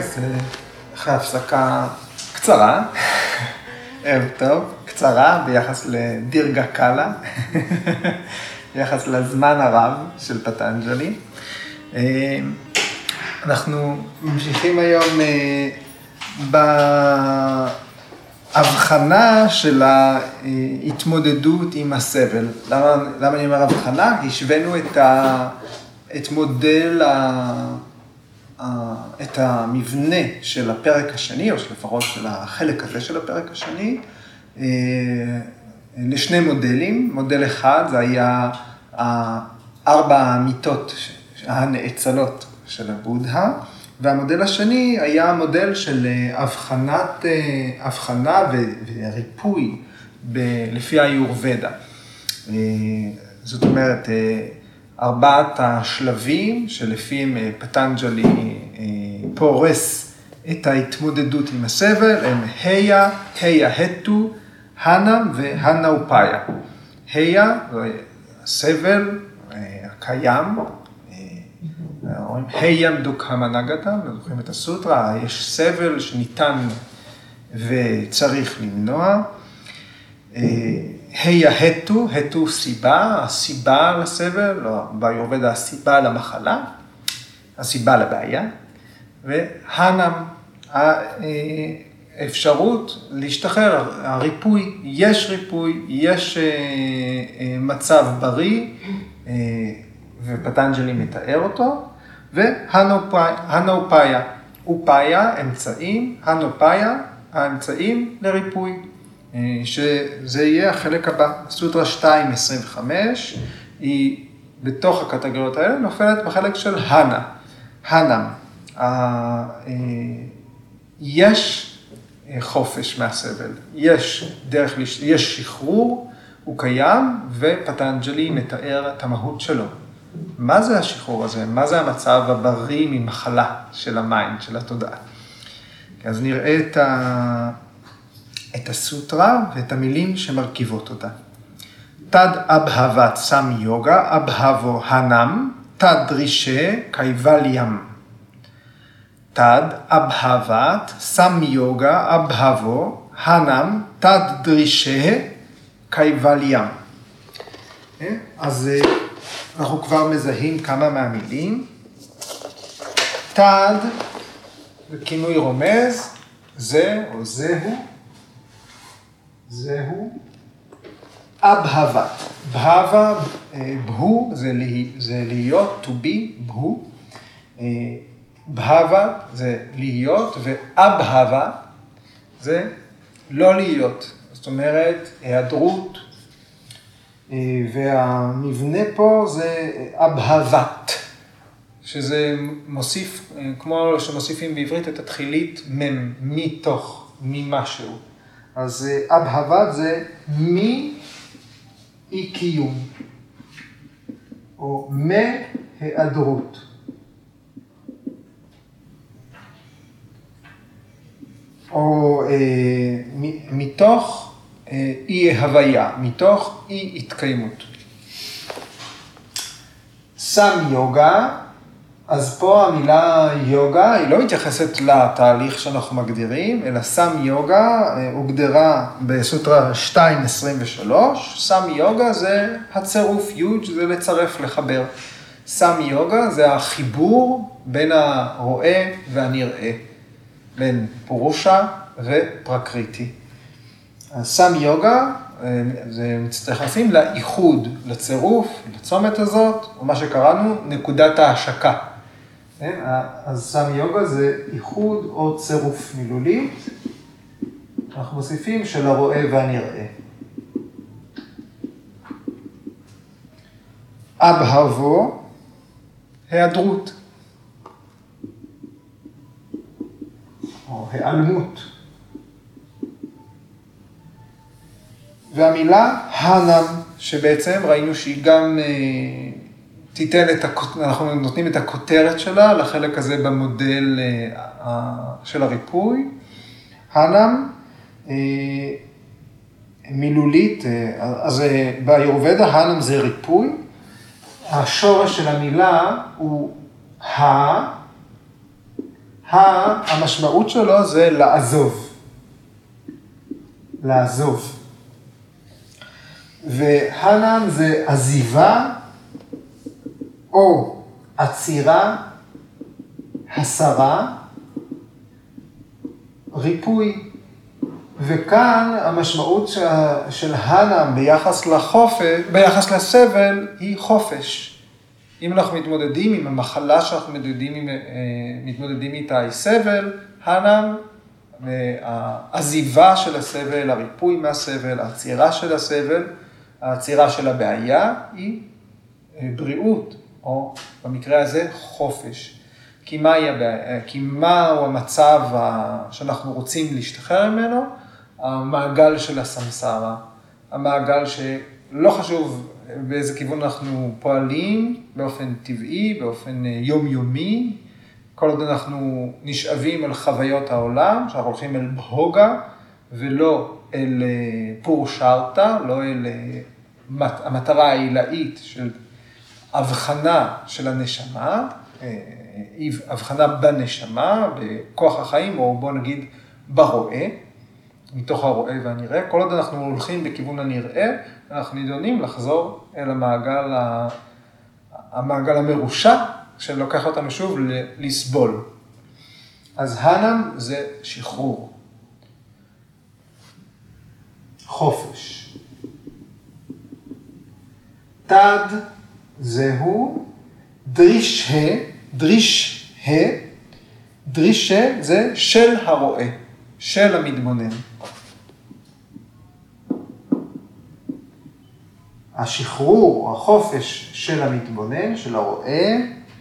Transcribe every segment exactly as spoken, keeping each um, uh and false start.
אז אחרי הפסקה קצרה, ערב טוב, קצרה ביחס לדירגה קלה, ביחס לזמן הרב של פטנג'לי. אנחנו ממשיכים היום בהבחנה של ההתמודדות עם הסבל. למה, למה אני אומר הבחנה? השווינו את, ה, את מודל, ה, ה, את המבנה של הפרק השני, או לפחות של החלק הזה של הפרק השני, לשני מודלים. מודל אחד זה היה ארבע המיתות הנאצלות של הבודה, והמודל השני היה מודל של הבחנת, הבחנה וריפוי לפי האיורבדה. זאת אומרת, ארבעת השלבים שלפיהם פטנג'לי פורס את ההתמודדות עם הסבל, הם היה, היה הטו, הנם והנאופאיה. היה, הסבל הקיים, רואים, היה מדוק המנגתה, זוכרים את הסוטרה, יש סבל שניתן וצריך למנוע. היה הטו, הטו סיבה, הסיבה לסבל, או באיורבדה הסיבה למחלה, הסיבה לבעיה, והנם, האפשרות להשתחרר, הריפוי, יש ריפוי, יש מצב בריא, ופטנג'לי מתאר אותו, והנאופאיה, אופאיה, אמצעים, הנאופאיה, האמצעים לריפוי, שזה יהיה החלק הבא. סוטרה שתיים עשרים וחמש, היא בתוך הקטגוריות האלה נופלת בחלק של הנה, הנם. יש חופש מהסבל, יש דרך, יש שחרור, הוא קיים, ופטנג'לי מתאר את המהות שלו. מה זה השחרור הזה? מה זה המצב הבריא ממחלה של המיינד, של התודעה? אז נראה את, ה... את הסוטרה ואת המילים שמרכיבות אותה. תד אבהבת סם יוגה, אבהבו הנם, תד רישה קייבליאם. תד אבהבת סם יוגה, אבהבו הנם, תד רישה קייבליאם. אז אנחנו כבר מזהים כמה מהמילים. תד, זה כינוי רומז, זה או זהו, זהו, אבהבת. בהבה, בהו, זה, זה להיות, to be, בהו. בהבה זה להיות, ואבהבה זה לא להיות. זאת אומרת, היעדרות, והמבנה פה זה אבהבת, שזה מוסיף, כמו שמוסיפים בעברית את התחילית מם, מתוך, ממשהו. אז אבהבת זה מי אי קיום, או מהיעדרות. או אה, מתוך אי הוויה, מתוך אי התקיימות. סם יוגה, אז פה המילה יוגה היא לא מתייחסת לתהליך שאנחנו מגדירים, אלא סם יוגה הוגדרה בסוטרה שתיים עשרים ושלוש, סם יוגה זה הצירוף יוד, זה לצרף, לחבר. סם יוגה זה החיבור בין הרואה והנראה, בין פורושה ופרקריטי. סם יוגה, זה מצטרפים לאיחוד, לצירוף, לצומת הזאת, או מה שקראנו, נקודת ההשקה. אז סם יוגה זה איחוד או צירוף מילולית, אנחנו מוסיפים של הרואה והנראה. אבהבו, היעדרות, או העלמות. והמילה הנם, שבעצם ראינו שהיא גם אה, תיתן את, אנחנו נותנים את הכותרת שלה לחלק הזה במודל אה, של הריפוי. הנם, אה, מילולית, אה, אז אה, באיורבדה הנם זה ריפוי. השורש של המילה הוא ה, המשמעות שלו זה לעזוב. לעזוב. והנם זה עזיבה או עצירה, הסרה, ריפוי. וכאן המשמעות של הנם ביחס לחופש, ביחס לסבל היא חופש. אם אנחנו מתמודדים עם המחלה שאנחנו מתמודדים, מתמודדים איתה היא סבל, הנם, העזיבה של הסבל, הריפוי מהסבל, העצירה של הסבל, העצירה של הבעיה היא בריאות, או במקרה הזה חופש. כי מה היא הבעיה? כי מהו המצב שאנחנו רוצים להשתחרר ממנו? המעגל של הסמסרה, המעגל שלא חשוב באיזה כיוון אנחנו פועלים, באופן טבעי, באופן יומיומי, כל עוד אנחנו נשאבים אל חוויות העולם, שאנחנו הולכים אל בהוגה, ולא אל פורשרתה, לא אל המטרה העילאית של הבחנה של הנשמה, הבחנה בנשמה, בכוח החיים, או בוא נגיד ברואה, מתוך הרואה והנראה. כל עוד אנחנו הולכים בכיוון הנראה, אנחנו נידונים לחזור אל המעגל, המעגל המרושע, שלוקח אותנו שוב לסבול. אז הנם זה שחרור. חופש. תד זהו דרישה, דרישה, דרישה זה של הרואה, של המתבונן. השחרור, החופש של המתבונן, של הרואה,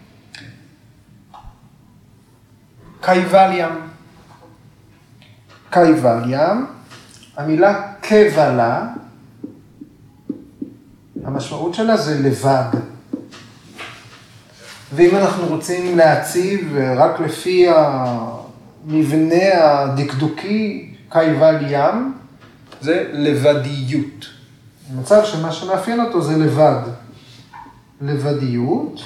קייבליאם. קייבליאם, המילה קבלה, המשמעות שלה זה לבד. ואם אנחנו רוצים להציב רק לפי המבנה הדקדוקי, קייבליאם, זה לבדיות. מצב שמה שמאפיין אותו זה לבד. לבדיות.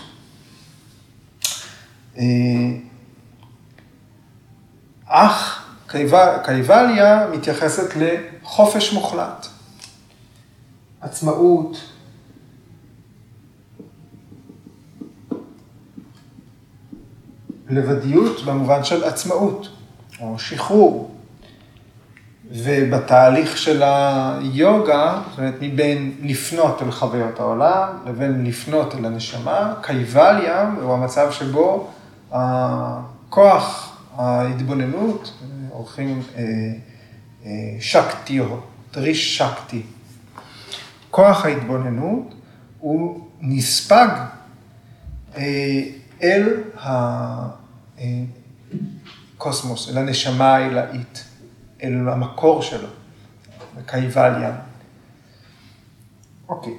אך קייבליה מתייחסת לחופש מוחלט. עצמאות. לבדיות במובן של עצמאות או שחרור. ובתהליך של היוגה, זאת אומרת, מבין לפנות אל חוויות העולם, לבין לפנות אל הנשמה, קייבליה הוא המצב שבו הכוח ההתבוננות, הולכים שקטיו, דריש שקטי. כוח ההתבוננות הוא נספג אל הקוסמוס, אל הנשמה העילאית. אל המקור שלו, קייבליה. אוקיי.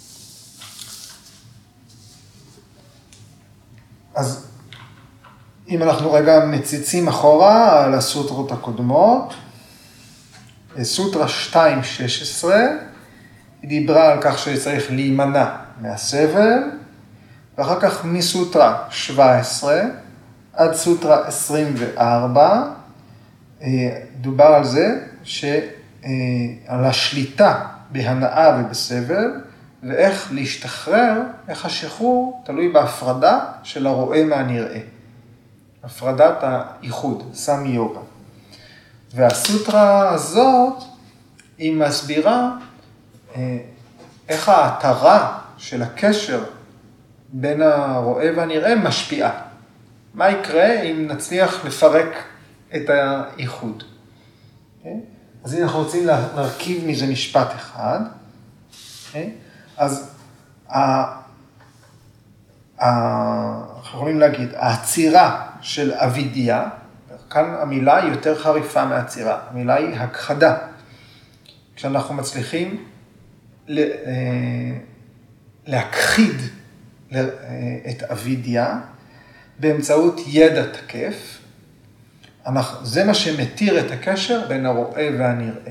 אז אם אנחנו רגע מציצים אחורה על הסוטרות הקודמות, סוטרה שתיים שש עשרה, היא דיברה על כך שצריך להימנע מהסבל, ואחר כך מסוטרה שבע עשרה עד סוטרה עשרים וארבע, דובר על זה שעל השליטה בהנאה ובסבל, ואיך להשתחרר, איך השחרור תלוי בהפרדה של הרואה מהנראה. הפרדת האיחוד, סמי יוגה. והסוטרה הזאת היא מסבירה איך ההתרה של הקשר בין הרואה והנראה משפיעה. מה יקרה אם נצליח לפרק את האיחוד. Okay? אז אם אנחנו רוצים להרכיב מזה משפט אחד, okay? אז אנחנו יכולים להגיד, העצירה של אבידיה, כאן המילה היא יותר חריפה מהעצירה, המילה היא הכחדה. כשאנחנו מצליחים להכחיד את אבידיה באמצעות ידע תקף, זה מה שמתיר את הקשר בין הרואה והנראה.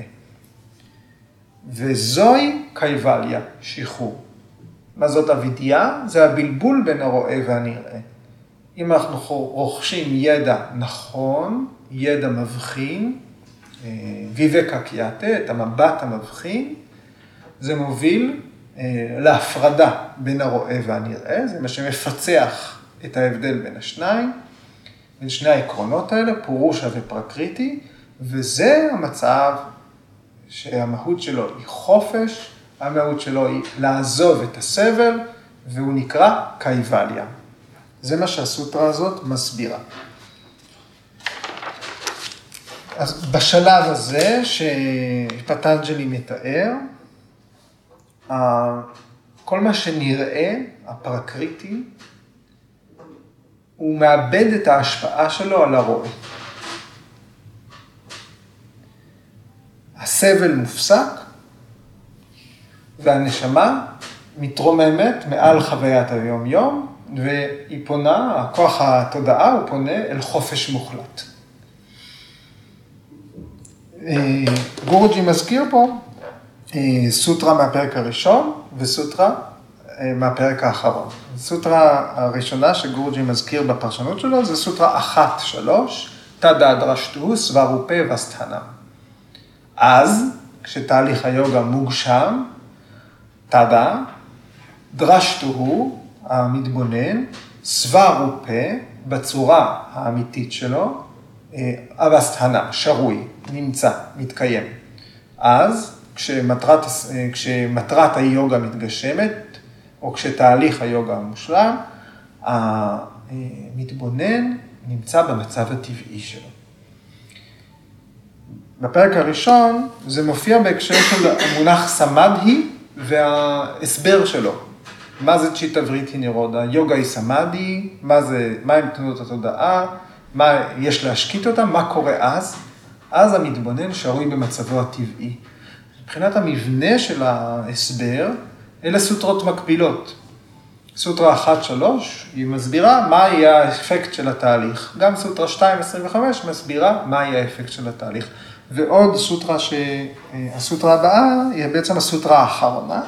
וזוהי קייבליה, שחרור. מה זאת אבידיה? זה הבלבול בין הרואה והנראה. אם אנחנו רוכשים ידע נכון, ידע מבחין, ויבקה קייטה, את המבט המבחין, זה מוביל להפרדה בין הרואה והנראה, זה מה שמפצח את ההבדל בין השניים, בין שני העקרונות האלה, פורושה ופרקריטי, וזה המצב שהמהות שלו היא חופש, המהות שלו היא לעזוב את הסבל, והוא נקרא קייבליה. זה מה שהסוטרה הזאת מסבירה. אז בשלב הזה שפטנג'לי מתאר, כל מה שנראה, הפרקריטי, הוא מאבד את ההשפעה שלו על הרואה. הסבל מופסק, והנשמה מתרוממת מעל חוויית היום-יום, והיא פונה, כוח התודעה הוא פונה אל חופש מוחלט. גורג'י מזכיר פה סוטרה מהפרק הראשון וסוטרה מהפרק האחרון. הסוטרה הראשונה שגורג'י מזכיר בפרשנות שלו זה סוטרה אחת שלוש, תדא דרשתו סוורופה וסתנם. אז, כשתהליך היוגה מוגשם, תדא, דרשתו הוא, המתבונן, סוורופה, בצורה האמיתית שלו, אבסתהנה, שרוי, נמצא, מתקיים. אז, כשמטרת, כשמטרת היוגה מתגשמת, או כשתהליך היוגה מושלם, המתבונן נמצא במצב הטבעי שלו. בפרק הראשון, זה מופיע בהקשר של המונח סמדהי וההסבר שלו. מה זה צ'יטה וריטי נירודה? יוגה היא סמדהי, מה זה, מה הם תנועות התודעה, מה יש להשקיט אותם, מה קורה אז? אז המתבונן שרוי במצבו הטבעי. מבחינת המבנה של ההסבר, אלה סוטרות מקבילות. סוטרה אחת שלוש, היא מסבירה מה יהיה האפקט של התהליך. גם סוטרה שתיים עשרים וחמש מסבירה מה יהיה האפקט של התהליך. ועוד סוטרה שהסוטרה הבאה היא בעצם הסוטרה האחרונה,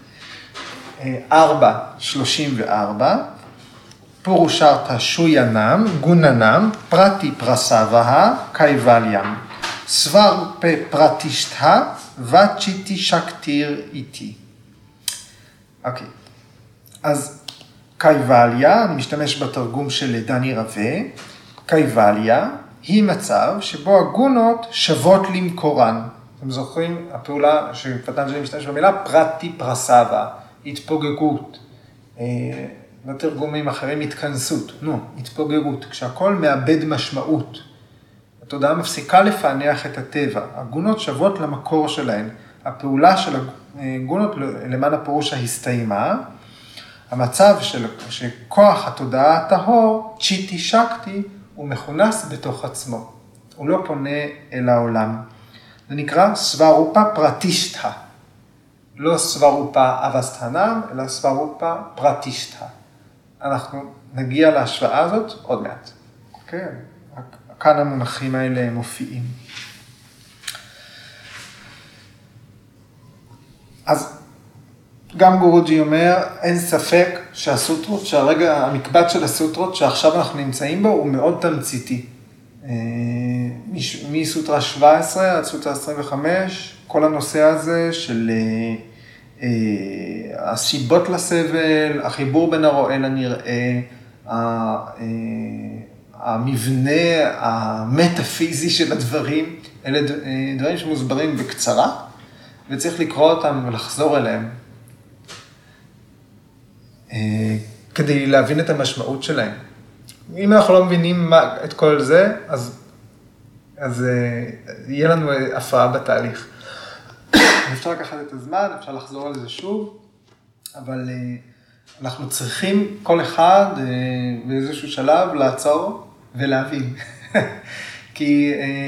ארבע שלושים וארבע, פורושרתא שוינם, גוננם, פרטי פרסבה, קייבליאם, סבר פה פרטישתא, וצ'יטי שקטיר איתי. אוקיי, אז קייבליה, אני משתמש בתרגום של דני רווה, קייבליה היא מצב שבו הגונות שוות למקורן. אתם זוכרים, הפעולה שפטנג'לי משתמש במילה, פרטי פרסבה, התפוגגות, בתרגומים אחרים התכנסות, נו, התפוגגות, כשהכל מאבד משמעות. התודעה מפסיקה לפענח את הטבע, הגונות שוות למקור שלהן, הפעולה של הגונות למען הפירוש הסתיימה, המצב של שכוח התודעה הטהור, צ'יטי שקטי, הוא מכונס בתוך עצמו, הוא לא פונה אל העולם. זה נקרא סוורופה פרטישתא, לא סוורופה אבסתהנם, אלא סוורופה פרטישתא. אנחנו נגיע להשוואה הזאת עוד מעט. אוקיי? כאן המונחים האלה מופיעים. אז גם גורג'י אומר, אין ספק שהסוטרות, שהרגע המקבץ של הסוטרות שעכשיו אנחנו נמצאים בו, הוא מאוד תמציתי. מסוטרה שבע עשרה עד סוטרה עשרים וחמש, כל הנושא הזה של הסיבות לסבל, החיבור בין הרואה לנראה, המבנה המטאפיזי של הדברים, אלה דברים שמוסברים בקצרה, וצריך לקרוא אותם ולחזור אליהם, כדי להבין את המשמעות שלהם. אם אנחנו לא מבינים מה, את כל זה, אז, אז יהיה לנו הפרעה בתהליך. אפשר לקחת את הזמן, אפשר לחזור על זה שוב, אבל אנחנו צריכים כל אחד באיזשהו שלב לעצור ולהבין. כי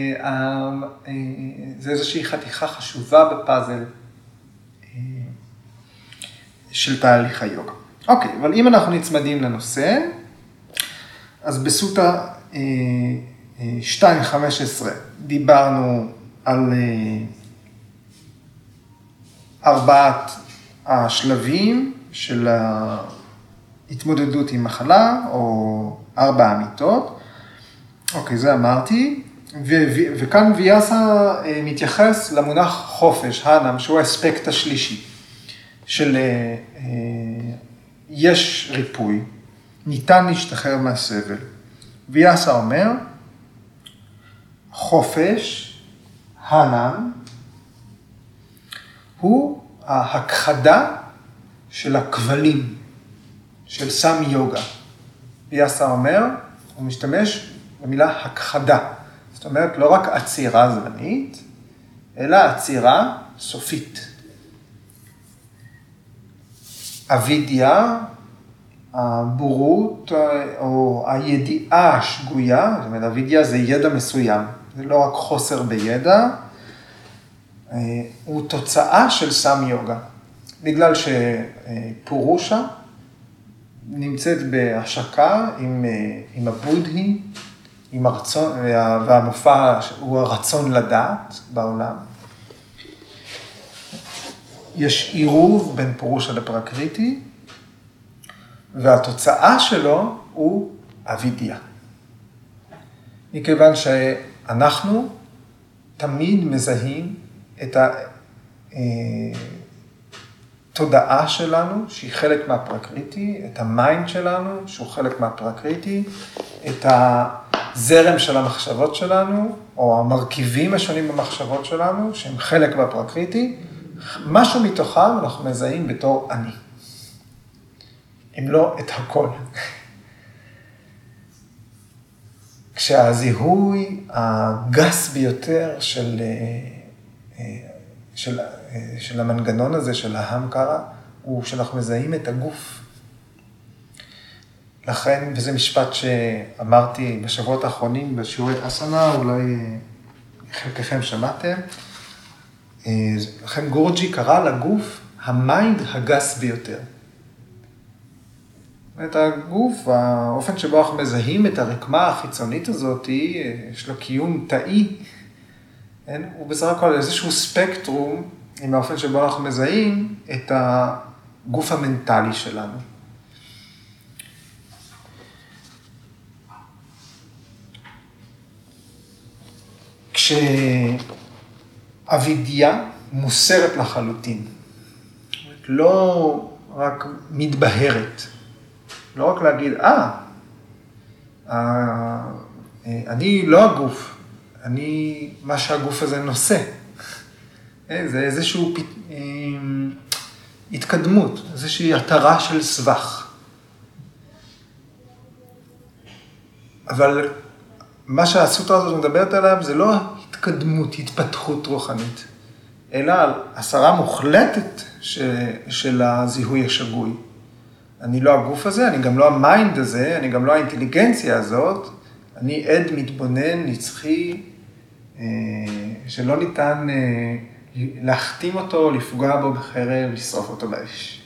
זה איזושהי חתיכה חשובה בפאזל של תהליך היוגה. אוקיי, אבל אם אנחנו נצמדים לנושא, אז בסוטה שתיים חמש עשרה דיברנו על ארבעת השלבים של ההתמודדות עם מחלה, או ארבע אמיתות. אוקיי, זה אמרתי. ו- ו- וכאן ויאסה מתייחס למונח חופש, הנם, שהוא האספקט השלישי, של יש ריפוי, ניתן להשתחרר מהסבל. ויאסה אומר, חופש, הנם, הוא ההכחדה של הכבלים, של סם יוגה. ויאסה אומר, הוא משתמש במילה הכחדה. זאת אומרת, לא רק עצירה זמנית, אלא עצירה סופית. אבידיה, הבורות או הידיעה השגויה, זאת אומרת, אבידיה זה ידע מסוים, זה לא רק חוסר בידע, הוא תוצאה של סם יוגה. בגלל שפורושה נמצאת בהשקה עם, עם הבודהי, עם הרצון, והמופע הוא הרצון לדעת בעולם. יש עירוב בין פורושה לפרקריטי, והתוצאה שלו הוא אבידיה. מכיוון שאנחנו תמיד מזהים את התודעה שלנו, שהיא חלק מהפרקריטי, את המיינד שלנו, שהוא חלק מהפרקריטי, את הזרם של המחשבות שלנו, או המרכיבים השונים במחשבות שלנו, שהם חלק מהפרקריטי, משהו מתוכם אנחנו מזהים בתור אני. אם לא את הכל. כשהזיהוי הגס ביותר של, של, של המנגנון הזה, של ההמקרה, הוא שאנחנו מזהים את הגוף. לכן, וזה משפט שאמרתי בשבועות האחרונים בשיעורי אסנה, אולי חלקכם שמעתם, לכן גורג'י קרא לגוף המיינד הגס ביותר. את הגוף, האופן שבו אנחנו מזהים את הרקמה החיצונית הזאת, יש לו קיום תאי, הוא בסך הכל איזשהו ספקטרום עם האופן שבו אנחנו מזהים את הגוף המנטלי שלנו. כשאבידיה מוסרת לחלוטין, לא רק מתבהרת, לא רק להגיד, אה, אה, אני לא הגוף, אני מה שהגוף הזה נושא. זה איזשהו פת... התקדמות, איזושהי התרה של סבך. אבל מה שהסוטרה הזאת מדברת עליו זה לא התקדמות, התפתחות רוחנית, אלא הסרה מוחלטת ש... של הזיהוי השגוי. אני לא הגוף הזה, אני גם לא המיינד הזה, אני גם לא האינטליגנציה הזאת, אני עד מתבונן, נצחי, שלא ניתן להחתים אותו, לפגוע בו בחרב, לשרוף אותו באש.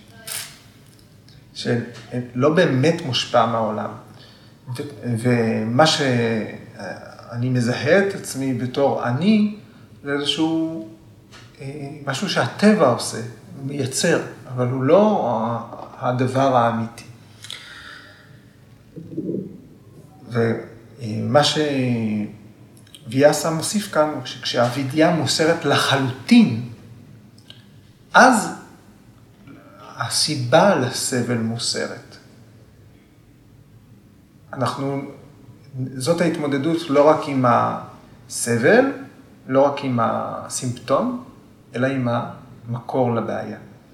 שלא באמת מושפע מהעולם. ומה שאני מזהה את עצמי בתור אני, זה איזשהו משהו שהטבע עושה, הוא מייצר, אבל הוא לא הדבר האמיתי. ומה שוויאסה מוסיף כאן, הוא שכשהאבידיה מוסרת לחלוטין, אז הסיבה לסבל מוסרת. אנחנו, זאת ההתמודדות לא רק עם הסבל, לא רק עם הסימפטום, אלא עם המקור לבעיה.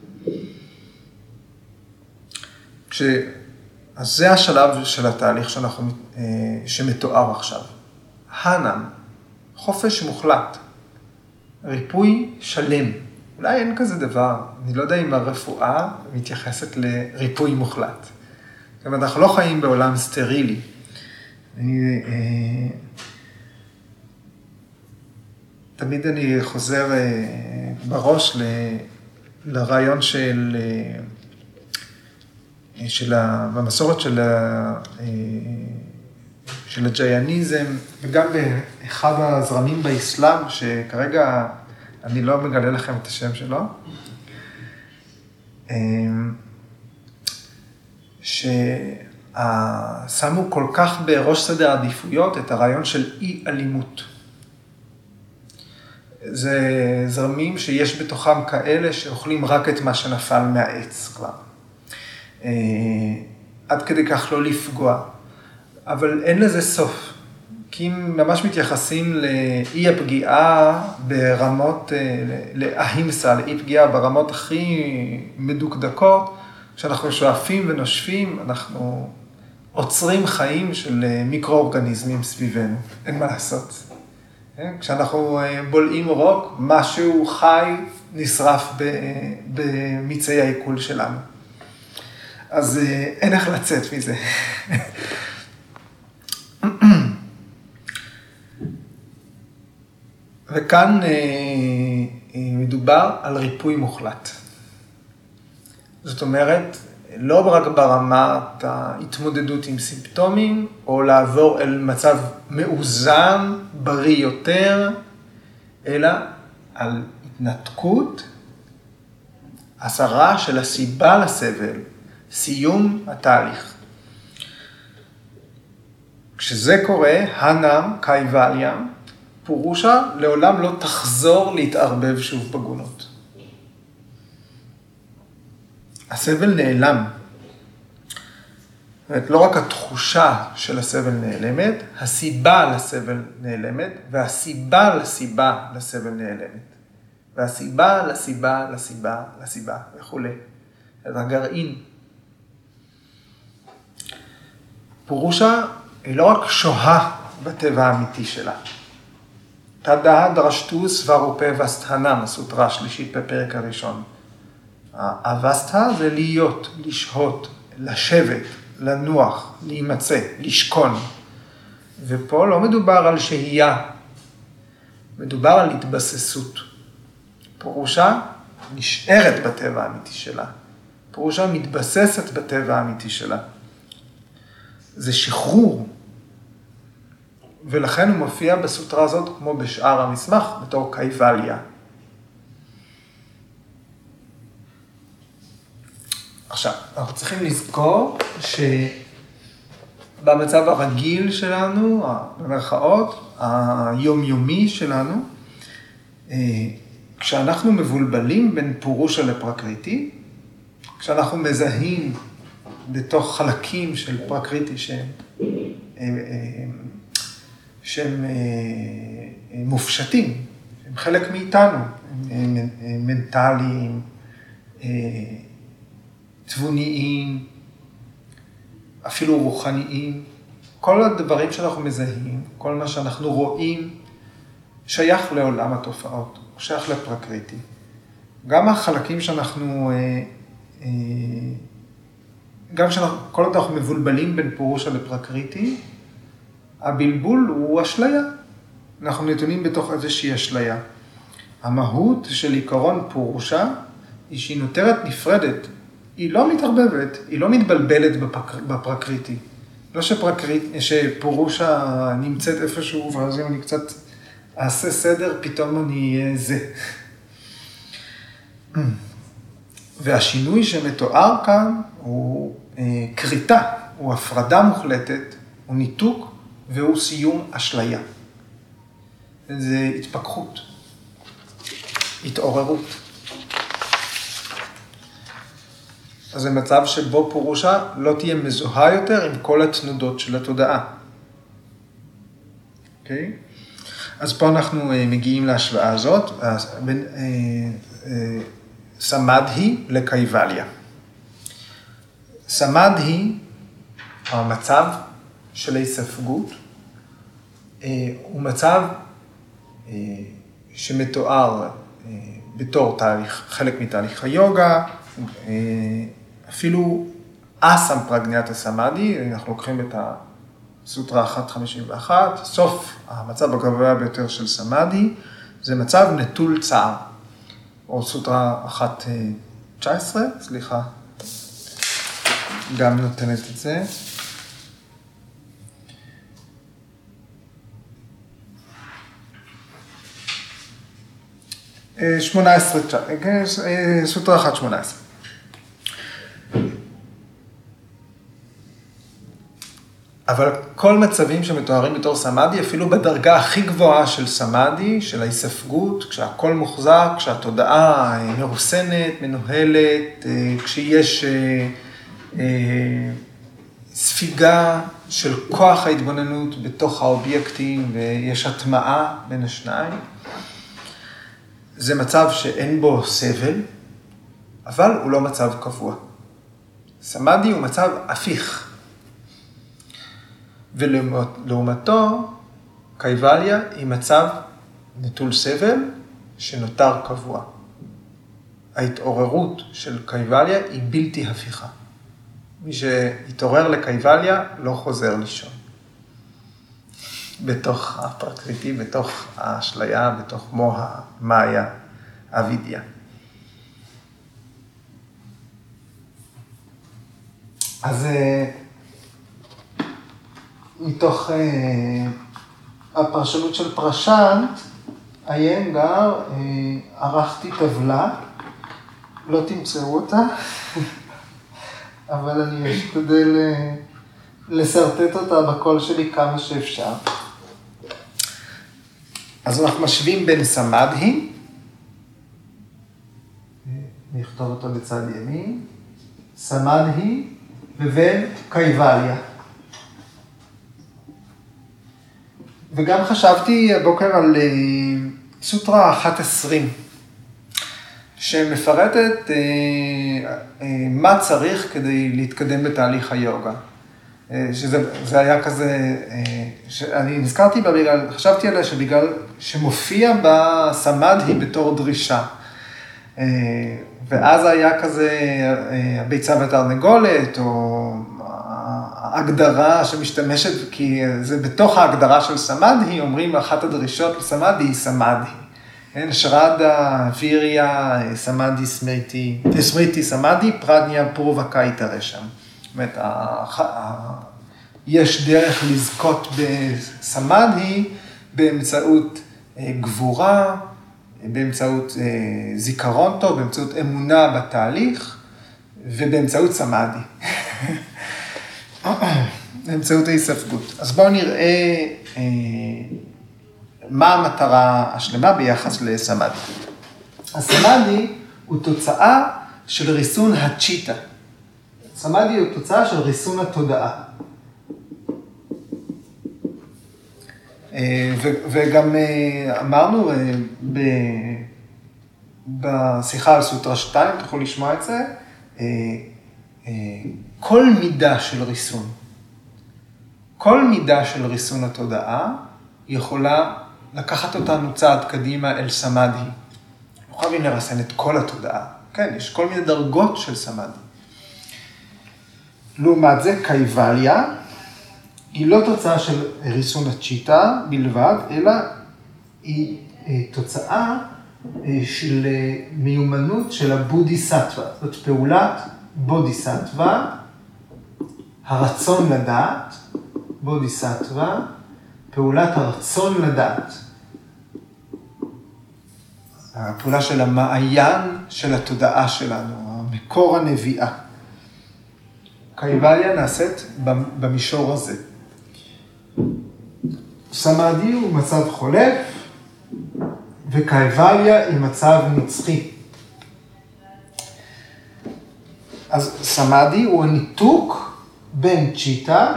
כש... אז זה השלב של התהליך שאנחנו, שמתואר עכשיו. הנם, חופש מוחלט, ריפוי שלם. אולי אין כזה דבר, אני לא יודע אם הרפואה מתייחסת לריפוי מוחלט. זאת אומרת, אנחנו לא חיים בעולם סטרילי. אני, תמיד אני חוזר בראש ל, לרעיון של, של ה, במסורת של, ה, של הג'ייניזם, וגם באחד הזרמים באסלאם, שכרגע אני לא מגלה לכם את השם שלו, שמו כל כך בראש סדר העדיפויות את הרעיון של אי אלימות. זה זרמים שיש בתוכם כאלה שאוכלים רק את מה שנפל מהעץ כבר. עד כדי כך לא לפגוע. אבל אין לזה סוף. כי אם ממש מתייחסים לאי הפגיעה ברמות, להימסה, לאי פגיעה ברמות הכי מדוקדקות, כשאנחנו שואפים ונושפים, אנחנו עוצרים חיים של מיקרואורגניזמים סביבנו. אין מה לעשות. כשאנחנו בולעים רוק, משהו חי נשרף במיצי העיכול שלנו. אז אין איך לצאת מזה. וכאן מדובר על ריפוי מוחלט. זאת אומרת, לא רק ברמת ההתמודדות עם סימפטומים, או לעבור אל מצב מאוזן, בריא יותר, אלא על התנתקות, הסרה של הסיבה לסבל, סיום התהליך. כשזה קורה, הנם, קייבליה, פירושה לעולם לא תחזור להתערבב שוב בגונות. הסבל נעלם. זאת אומרת, לא רק התחושה של הסבל נעלמת, הסיבה לסבל נעלמת, והסיבה לסיבה לסבל נעלמת. והסיבה לסיבה לסיבה לסיבה וכו'. זה הגרעין. פירושה היא לא רק שוהה בטבע האמיתי שלה. תדעה דרשתו סברופה וסתהנם, הסוטרה השלישית בפרק הראשון. הווסתה זה להיות, לשהות, לשבת, לנוח, להימצא, לשכון. ופה לא מדובר על שהייה, מדובר על התבססות. פירושה נשארת בטבע האמיתי שלה. פירושה מתבססת בטבע האמיתי שלה. זה שחרור. ולכן הוא מופיע בסוטרה הזאת כמו בשאר המסמך, בתור קייבליה. עכשיו, אנחנו צריכים לזכור שבמצב הרגיל שלנו, במרכאות, היומיומי שלנו, כשאנחנו מבולבלים בין פירושה לפרקריטי, כשאנחנו מזהים בתוך חלקים של פרקריטי שהם, שהם מופשטים, הם חלק מאיתנו, הם מנטליים, תבוניים, אפילו רוחניים. כל הדברים שאנחנו מזהים, כל מה שאנחנו רואים, שייך לעולם התופעות, הוא שייך לפרקריטי. גם החלקים שאנחנו, גם שאנחנו, כל עוד אנחנו מבולבלים בין פירושה לפרקריטי, הבלבול הוא אשליה. אנחנו נתונים בתוך איזושהי אשליה. המהות של עיקרון פירושה היא שהיא נותרת נפרדת. היא לא מתערבבת, היא לא מתבלבלת בפרקריטי. לא שפרקריט, שפירושה נמצאת איפשהו, ואז אם אני קצת אעשה סדר, פתאום אני אהיה זה. והשינוי שמתואר כאן הוא קריטה, הוא הפרדה מוחלטת, הוא ניתוק, והוא סיום אשליה. זה התפכחות, התעוררות. אז זה מצב שבו פירושה לא תהיה מזוהה יותר עם כל התנודות של התודעה. אוקיי? אז פה אנחנו מגיעים להשוואה הזאת, בין סמדהי לקייבליה. סמדהי, המצב של ההיספגות, הוא מצב שמתואר בתור תהליך, חלק מתהליך היוגה, אפילו אסם פרגניאטה סמאדי, אנחנו לוקחים את הסוטרה אחת חמישים ואחת, סוף המצב הגבוה ביותר של סמאדי, זה מצב נטול צער, או סוטרה אחת תשע עשרה, סליחה, גם נותנת את זה. שמונה עשרה, סוטרה אחת שמונה עשרה. אבל כל מצבים שמתוארים בתור סמאדי, אפילו בדרגה הכי גבוהה של סמאדי, של ההיספגות, כשהכל מוחזק, כשהתודעה מרוסנת, מנוהלת, כשיש ספיגה של כוח ההתבוננות בתוך האובייקטים, ויש הטמעה בין השניים, זה מצב שאין בו סבל, אבל הוא לא מצב קבוע. סמאדי הוא מצב הפיך. ולעומתו, קייבליה היא מצב נטול סבל שנותר קבוע. ההתעוררות של קייבליה היא בלתי הפיכה. מי שהתעורר לקייבליה לא חוזר לישון. בתוך הפרקריטי, בתוך האשליה, בתוך מוה, מאיה, אבידיה. אז מתוך הפרשנות של פרשנט, איינגר, ערכתי טבלה, לא תמצאו אותה, אבל אני אשתדל לסרטט אותה בקול שלי כמה שאפשר. אז אנחנו משווים בין סמאדהי, נכתוב אותו בצד ימין, סמאדהי ובין קייבליה. וגם חשבתי הבוקר על סוטרה אחת עשרים, שמפרטת מה צריך כדי להתקדם בתהליך היוגה. שזה זה היה כזה, אני נזכרתי בה בגלל, חשבתי עליה שבגלל שמופיע בסמאדהי בתור דרישה. ואז היה כזה הביצה והתרנגולת, או ההגדרה שמשתמשת, כי זה בתוך ההגדרה של סמאדהי, אומרים אחת הדרישות לסמאדהי היא סמאדהי. שרדה, ויריה, סמאדי סמריטי, סמריטי סמאדי, פרדניה פורווה קייטרה שם. זאת אומרת, יש דרך לזכות בסמאדי באמצעות גבורה, באמצעות זיכרון טוב, באמצעות אמונה בתהליך, ובאמצעות סמאדי. באמצעות ההיספגות. אז בואו נראה מה המטרה השלמה ביחס לסמאדי. הסמאדי הוא תוצאה של ריסון הצ'יטה. סמאדי הוא תוצאה של ריסון התודעה. וגם אמרנו בשיחה על סוטרה שתיים, תוכלו לשמוע את זה, כל מידה של ריסון, כל מידה של ריסון התודעה יכולה לקחת אותנו צעד קדימה אל סמאדי. לא חייבים לרסן את כל התודעה. כן, יש כל מיני דרגות של סמאדי. לעומת זה, קייבליה היא לא תוצאה של ריסון הצ'יטה בלבד, אלא היא תוצאה של מיומנות של הבודיסטווה. זאת פעולת בודיסטווה, הרצון לדעת, בודיסטווה, פעולת הרצון לדעת. הפעולה של המעיין של התודעה שלנו, המקור הנביאה. קייבליה נעשית במישור הזה. סמאדי הוא מצב חולף, וקייבליה היא מצב נצחי. אז סמאדי הוא הניתוק בין צ'יטה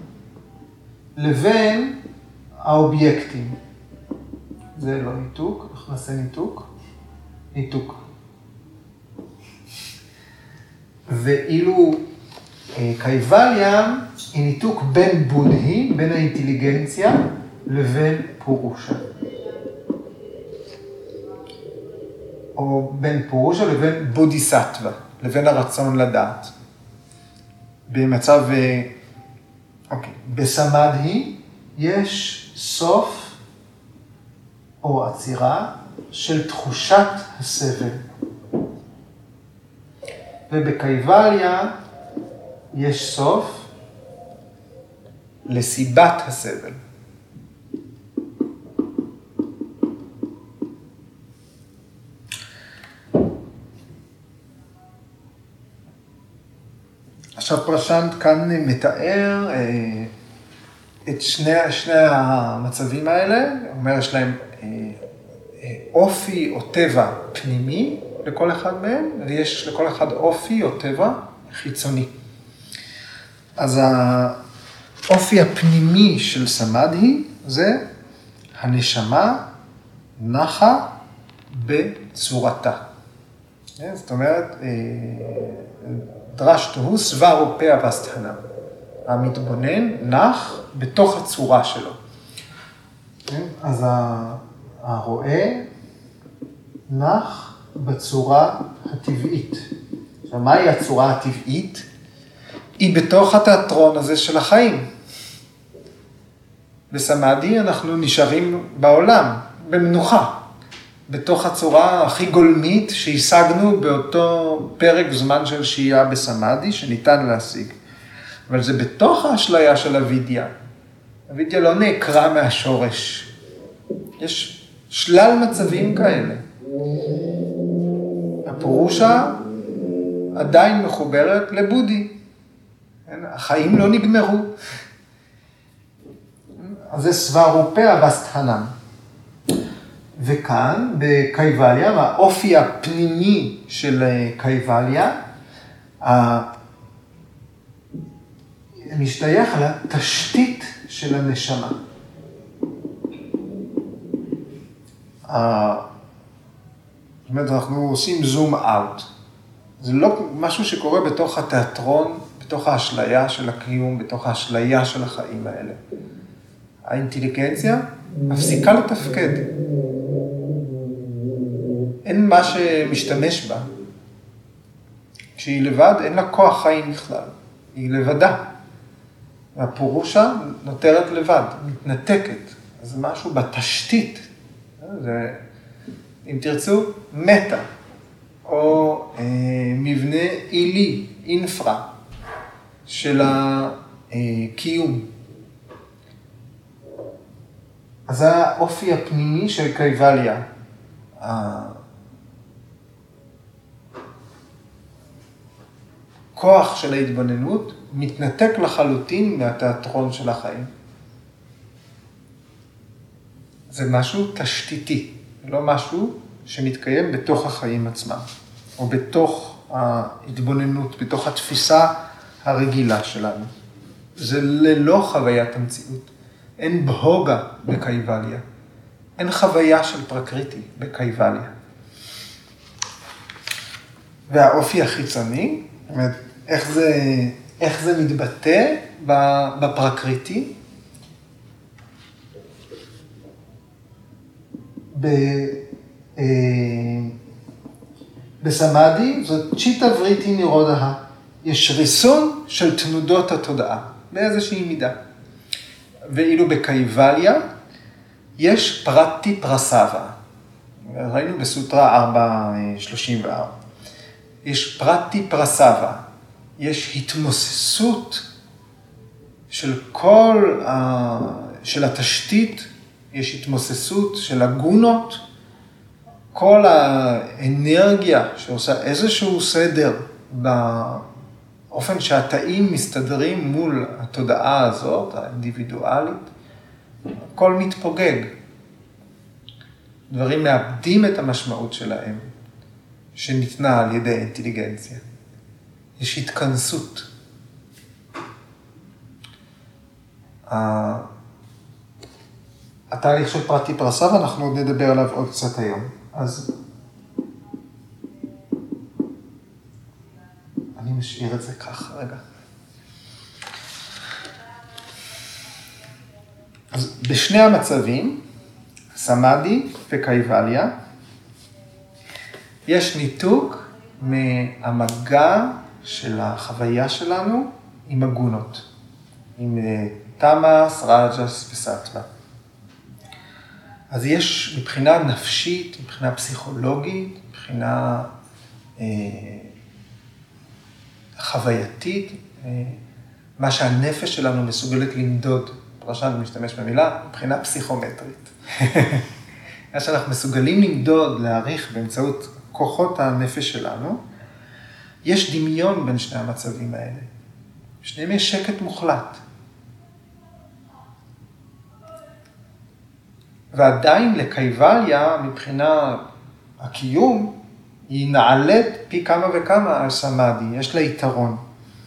לבין האובייקטים. זה לא ניתוק, אנחנו נעשה ניתוק. ניתוק. ואילו קייבליה היא ניתוק בין בודהי, בין האינטליגנציה, לבין פורושה. או בין פורושה לבין בודיסטווה, לבין הרצון לדעת. במצב, אוקיי, בסמאדהי יש סוף או עצירה של תחושת הסבל. ובקייבליה יש סוף לסיבת הסבל. עכשיו פרשנט כאן מתאר את שני, שני המצבים האלה, אומר, יש להם אה, אה, אופי או טבע פנימי לכל אחד מהם, ויש לכל אחד אופי או טבע חיצוני. אז האופי הפנימי של סמאדהי זה הנשמה נחה בצורתה. זאת אומרת, דרשתו סבר ופה אבסטהנה. המתבונן נח בתוך הצורה שלו. אז הרואה נח בצורה הטבעית. עכשיו, מהי הצורה הטבעית? היא בתוך התיאטרון הזה של החיים. בסמאדי אנחנו נשארים בעולם, במנוחה, בתוך הצורה הכי גולמית שהשגנו באותו פרק זמן של שהייה בסמאדי, שניתן להשיג. אבל זה בתוך האשליה של הווידיה. הווידיה לא נעקרה מהשורש. יש שלל מצבים כאלה. הפורושה עדיין מחוברת לבודי. החיים לא נגמרו. אז זה סבר ופה אבסטהנם. וכאן, בקייבליה, האופי הפנימי של קייבליה, משתייך לתשתית של הנשמה. זאת אומרת, אנחנו עושים זום אאוט. זה לא משהו שקורה בתוך התיאטרון, בתוך האשליה של הקיום, בתוך האשליה של החיים האלה. האינטליגנציה מפסיקה לתפקד. אין מה שמשתמש בה. כשהיא לבד, אין לה כוח חיים בכלל. היא לבדה. והפורושה נותרת לבד, מתנתקת. אז זה משהו בתשתית. זה, אם תרצו, מטה. או אה, מבנה עילי, אינפרה, של הקיום. אז זה האופי הפנימי של קייבליה. הכוח של ההתבוננות מתנתק לחלוטין מהתיאטרון של החיים. זה משהו תשתיתי, לא משהו שמתקיים בתוך החיים עצמם, או בתוך ההתבוננות, בתוך התפיסה הרגילה שלנו. זה ללא חוויית המציאות. אין בהוגה בקייבליה. אין חוויה של פרקריטי בקייבליה. והאופי החיצוני, זאת אומרת, איך זה, איך זה מתבטא בפרקריטי? ב, אה, בסמאדי זאת צ'יטה וריטי נירודה. יש ריסון של תנודות התודעה, באיזושהי מידה. ואילו בקייבליה יש פרטי פרסבה. ראינו בסוטרה ארבע שלושים וארבע. יש פרטי פרסבה. יש התמוססות של כל, ה... של התשתית, יש התמוססות של הגונות, כל האנרגיה שעושה איזשהו סדר באופן שהתאים מסתדרים מול התודעה הזאת, האינדיבידואלית, הכל מתפוגג. דברים מאבדים את המשמעות שלהם, שניתנה על ידי אינטליגנציה. יש התכנסות. התהליך של פרטי פרסה, ואנחנו עוד נדבר עליו עוד קצת היום. אז אני משאיר את זה כך, רגע. אז בשני המצבים, סמאדי וקייבליה, יש ניתוק מהמגע של החוויה שלנו עם הגונות, עם תמאס, רג'ס וסטווה. אז יש מבחינה נפשית, מבחינה פסיכולוגית, מבחינה אה, חווייתית, אה, מה שהנפש שלנו מסוגלת למדוד, פרשן משתמש במילה, מבחינה פסיכומטרית. מה שאנחנו מסוגלים למדוד, להעריך באמצעות כוחות הנפש שלנו, יש דמיון בין שני המצבים האלה. שניהם יש שקט מוחלט. ועדיין לקייבליה, מבחינה הקיום, היא נעלית פי כמה וכמה על סמאדי, יש לה יתרון.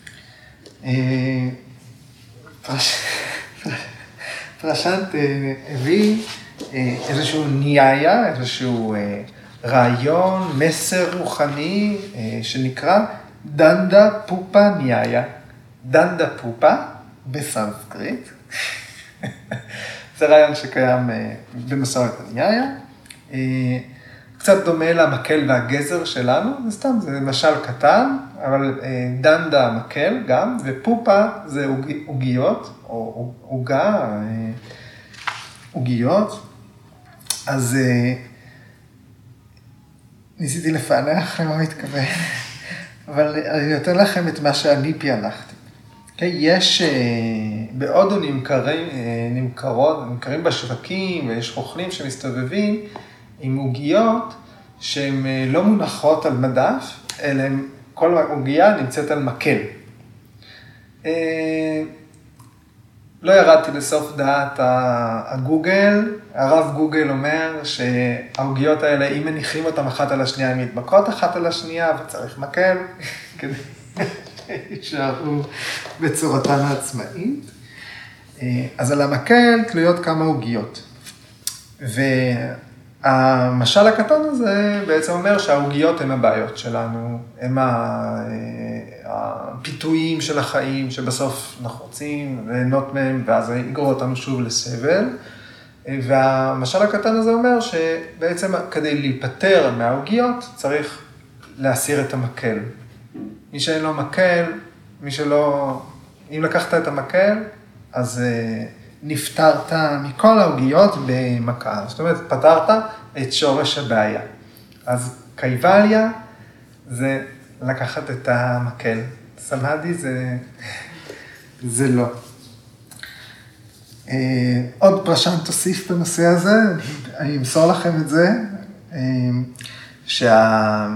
פרשנט הביא איזשהו ניאיה, איזשהו רעיון, מסר רוחני, שנקרא דנדה פופה ניאיה. דנדה פופה בסנסקריט. זה רעיון שקיים במסורת הניאיה. קצת דומה למקל והגזר שלנו, זה סתם, זה משל קטן, אבל דנדה מקל גם, ופופה זה עוגיות, או עוגה, עוגיות. אז ניסיתי לפענח למה מתכוון, אבל אני נותן לכם את מה שאני פענחתי. יש, בהודו נמכרים, נמכרות, נמכרים בשווקים, ויש רוכלים שמסתובבים עם עוגיות שהן לא מונחות על מדף, אלא כל עוגיה נמצאת על מקל. לא ירדתי לסוף דעת הגוגל, הרב גוגל אומר שהעוגיות האלה, אם מניחים אותם אחת על השנייה, הן מתבקעות אחת על השנייה, וצריך מקל, כדי שישארו בצורתן העצמאית. אז על המקל תלויות כמה עוגיות. והמשל הקטן הזה בעצם אומר שהעוגיות הן הבעיות שלנו, הן הפיתויים של החיים, שבסוף אנחנו רוצים ליהנות מהם, ואז זה יגרור אותנו שוב לסבל. והמשל הקטן הזה אומר שבעצם כדי להיפטר מהעוגיות צריך להסיר את המקל. מי שאין לו מקל, מי שלא, אם לקחת את המקל, אז נפטרת מכל העוגיות במכה. זאת אומרת, פתרת את שורש הבעיה. אז קייבליה זה לקחת את המקל. סמאדי זה, זה לא. עוד פרשן תוסיף בנושא הזה, אני אמסור לכם את זה, שה...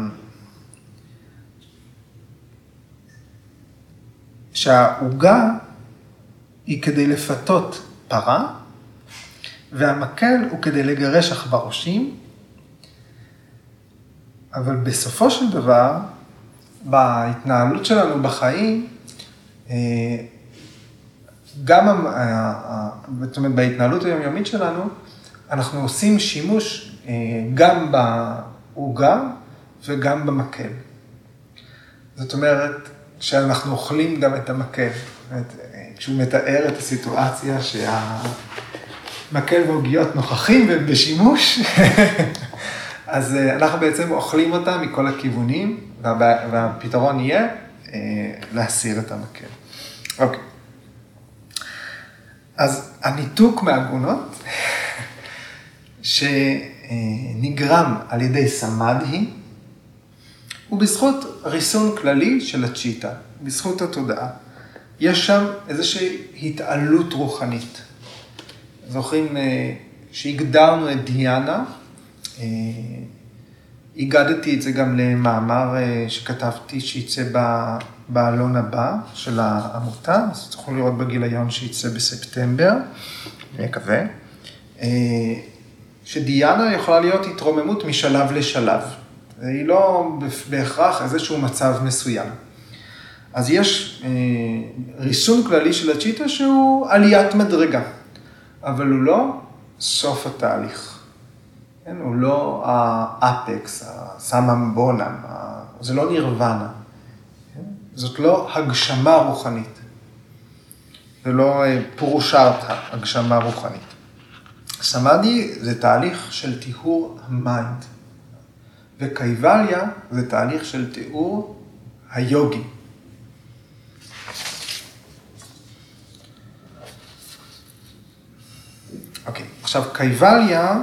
שהעוגה היא כדי לפתות פרה, והמקל הוא כדי לגרש עכברושים, אבל בסופו של דבר, בהתנהלות שלנו בחיים, גם, זאת אומרת, בהתנהלות היומיומית שלנו, אנחנו עושים שימוש גם בעוגה וגם במקל. זאת אומרת, שאנחנו אוכלים גם את המקל. כשהוא מתאר את הסיטואציה שהמקל והעוגיות נוכחים והם בשימוש, אז אנחנו בעצם אוכלים אותם מכל הכיוונים, והפתרון יהיה להסיר את המקל. אוקיי. אז הניתוק מהגונות, שנגרם על ידי סמאדי, הוא בזכות ריסון כללי של הצ'יטה, בזכות התודעה. יש שם איזושהי התעלות רוחנית. זוכרים שהגדרנו את דיאנה, הגדתי את זה גם למאמר שכתבתי שיצא בעלון הבא של העמותה, אז תוכלו לראות בגיליון שיצא בספטמבר, אני מקווה, שדיאנה יכולה להיות התרוממות משלב לשלב. היא לא בהכרח איזשהו מצב מסוים. אז יש ריסון כללי של הצ'יטה שהוא עליית מדרגה, אבל הוא לא סוף התהליך. כן? הוא לא האפקס, הסממבונם, זה לא נירוונה. כן? זאת לא הגשמה רוחנית. זה לא פורושרתא, הגשמה רוחנית. סמאדי זה תהליך של טיהור המיינד. וקייבליה זה תהליך של תיאור היוגי. אוקיי, עכשיו קייבליה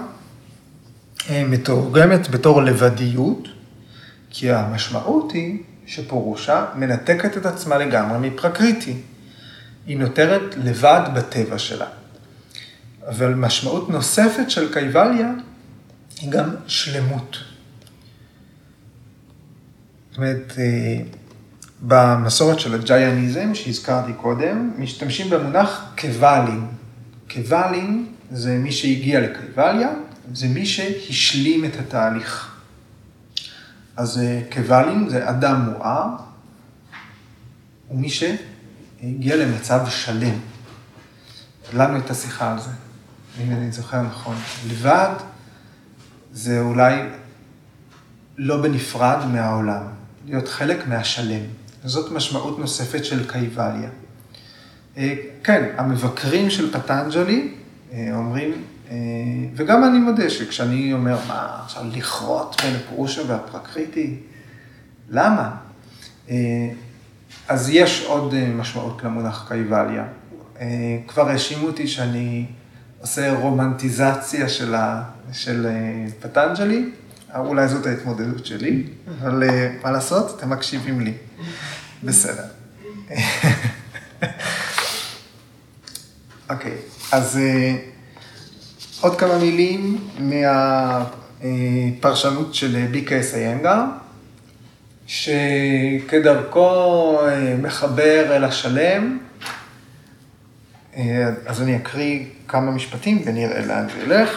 מתורגמת בתור לבדיות, כי המשמעות היא שפורושה מנתקת את עצמה לגמרי מפרקריטי. היא נותרת לבד בטבע שלה. אבל משמעות נוספת של קייבליה היא גם שלמות. זאת אומרת, במסורת של הג'ייניזם שהזכרתי קודם, משתמשים במונח קוואלין. קוואלין זה מי שהגיע לקייבליה, זה מי שהשלים את התהליך. אז קייבלים זה אדם מואר, ומי שהגיע למצב שלם. לנו את השיחה על זה, אם אני זוכר נכון. לבד זה אולי לא בנפרד מהעולם, להיות חלק מהשלם. זאת משמעות נוספת של קייבליה. כן, המבקרים של פטנג'לי אומרים, וגם אני מודה שכשאני אומר, מה, עכשיו לכרות בין הפרושה והפרקריטי, למה? אז יש עוד משמעות למונח קייבליה. כבר האשימו אותי שאני עושה רומנטיזציה של, ה, של פטנג'לי, אולי זאת ההתמודדות שלי, אבל מה לעשות? אתם מקשיבים לי. בסדר. אוקיי, אז עוד כמה מילים מהפרשנות של בי קיי אס איינגר, שכדרכו מחבר אל השלם, אז אני אקריא כמה משפטים ונראה לאן זה ילך.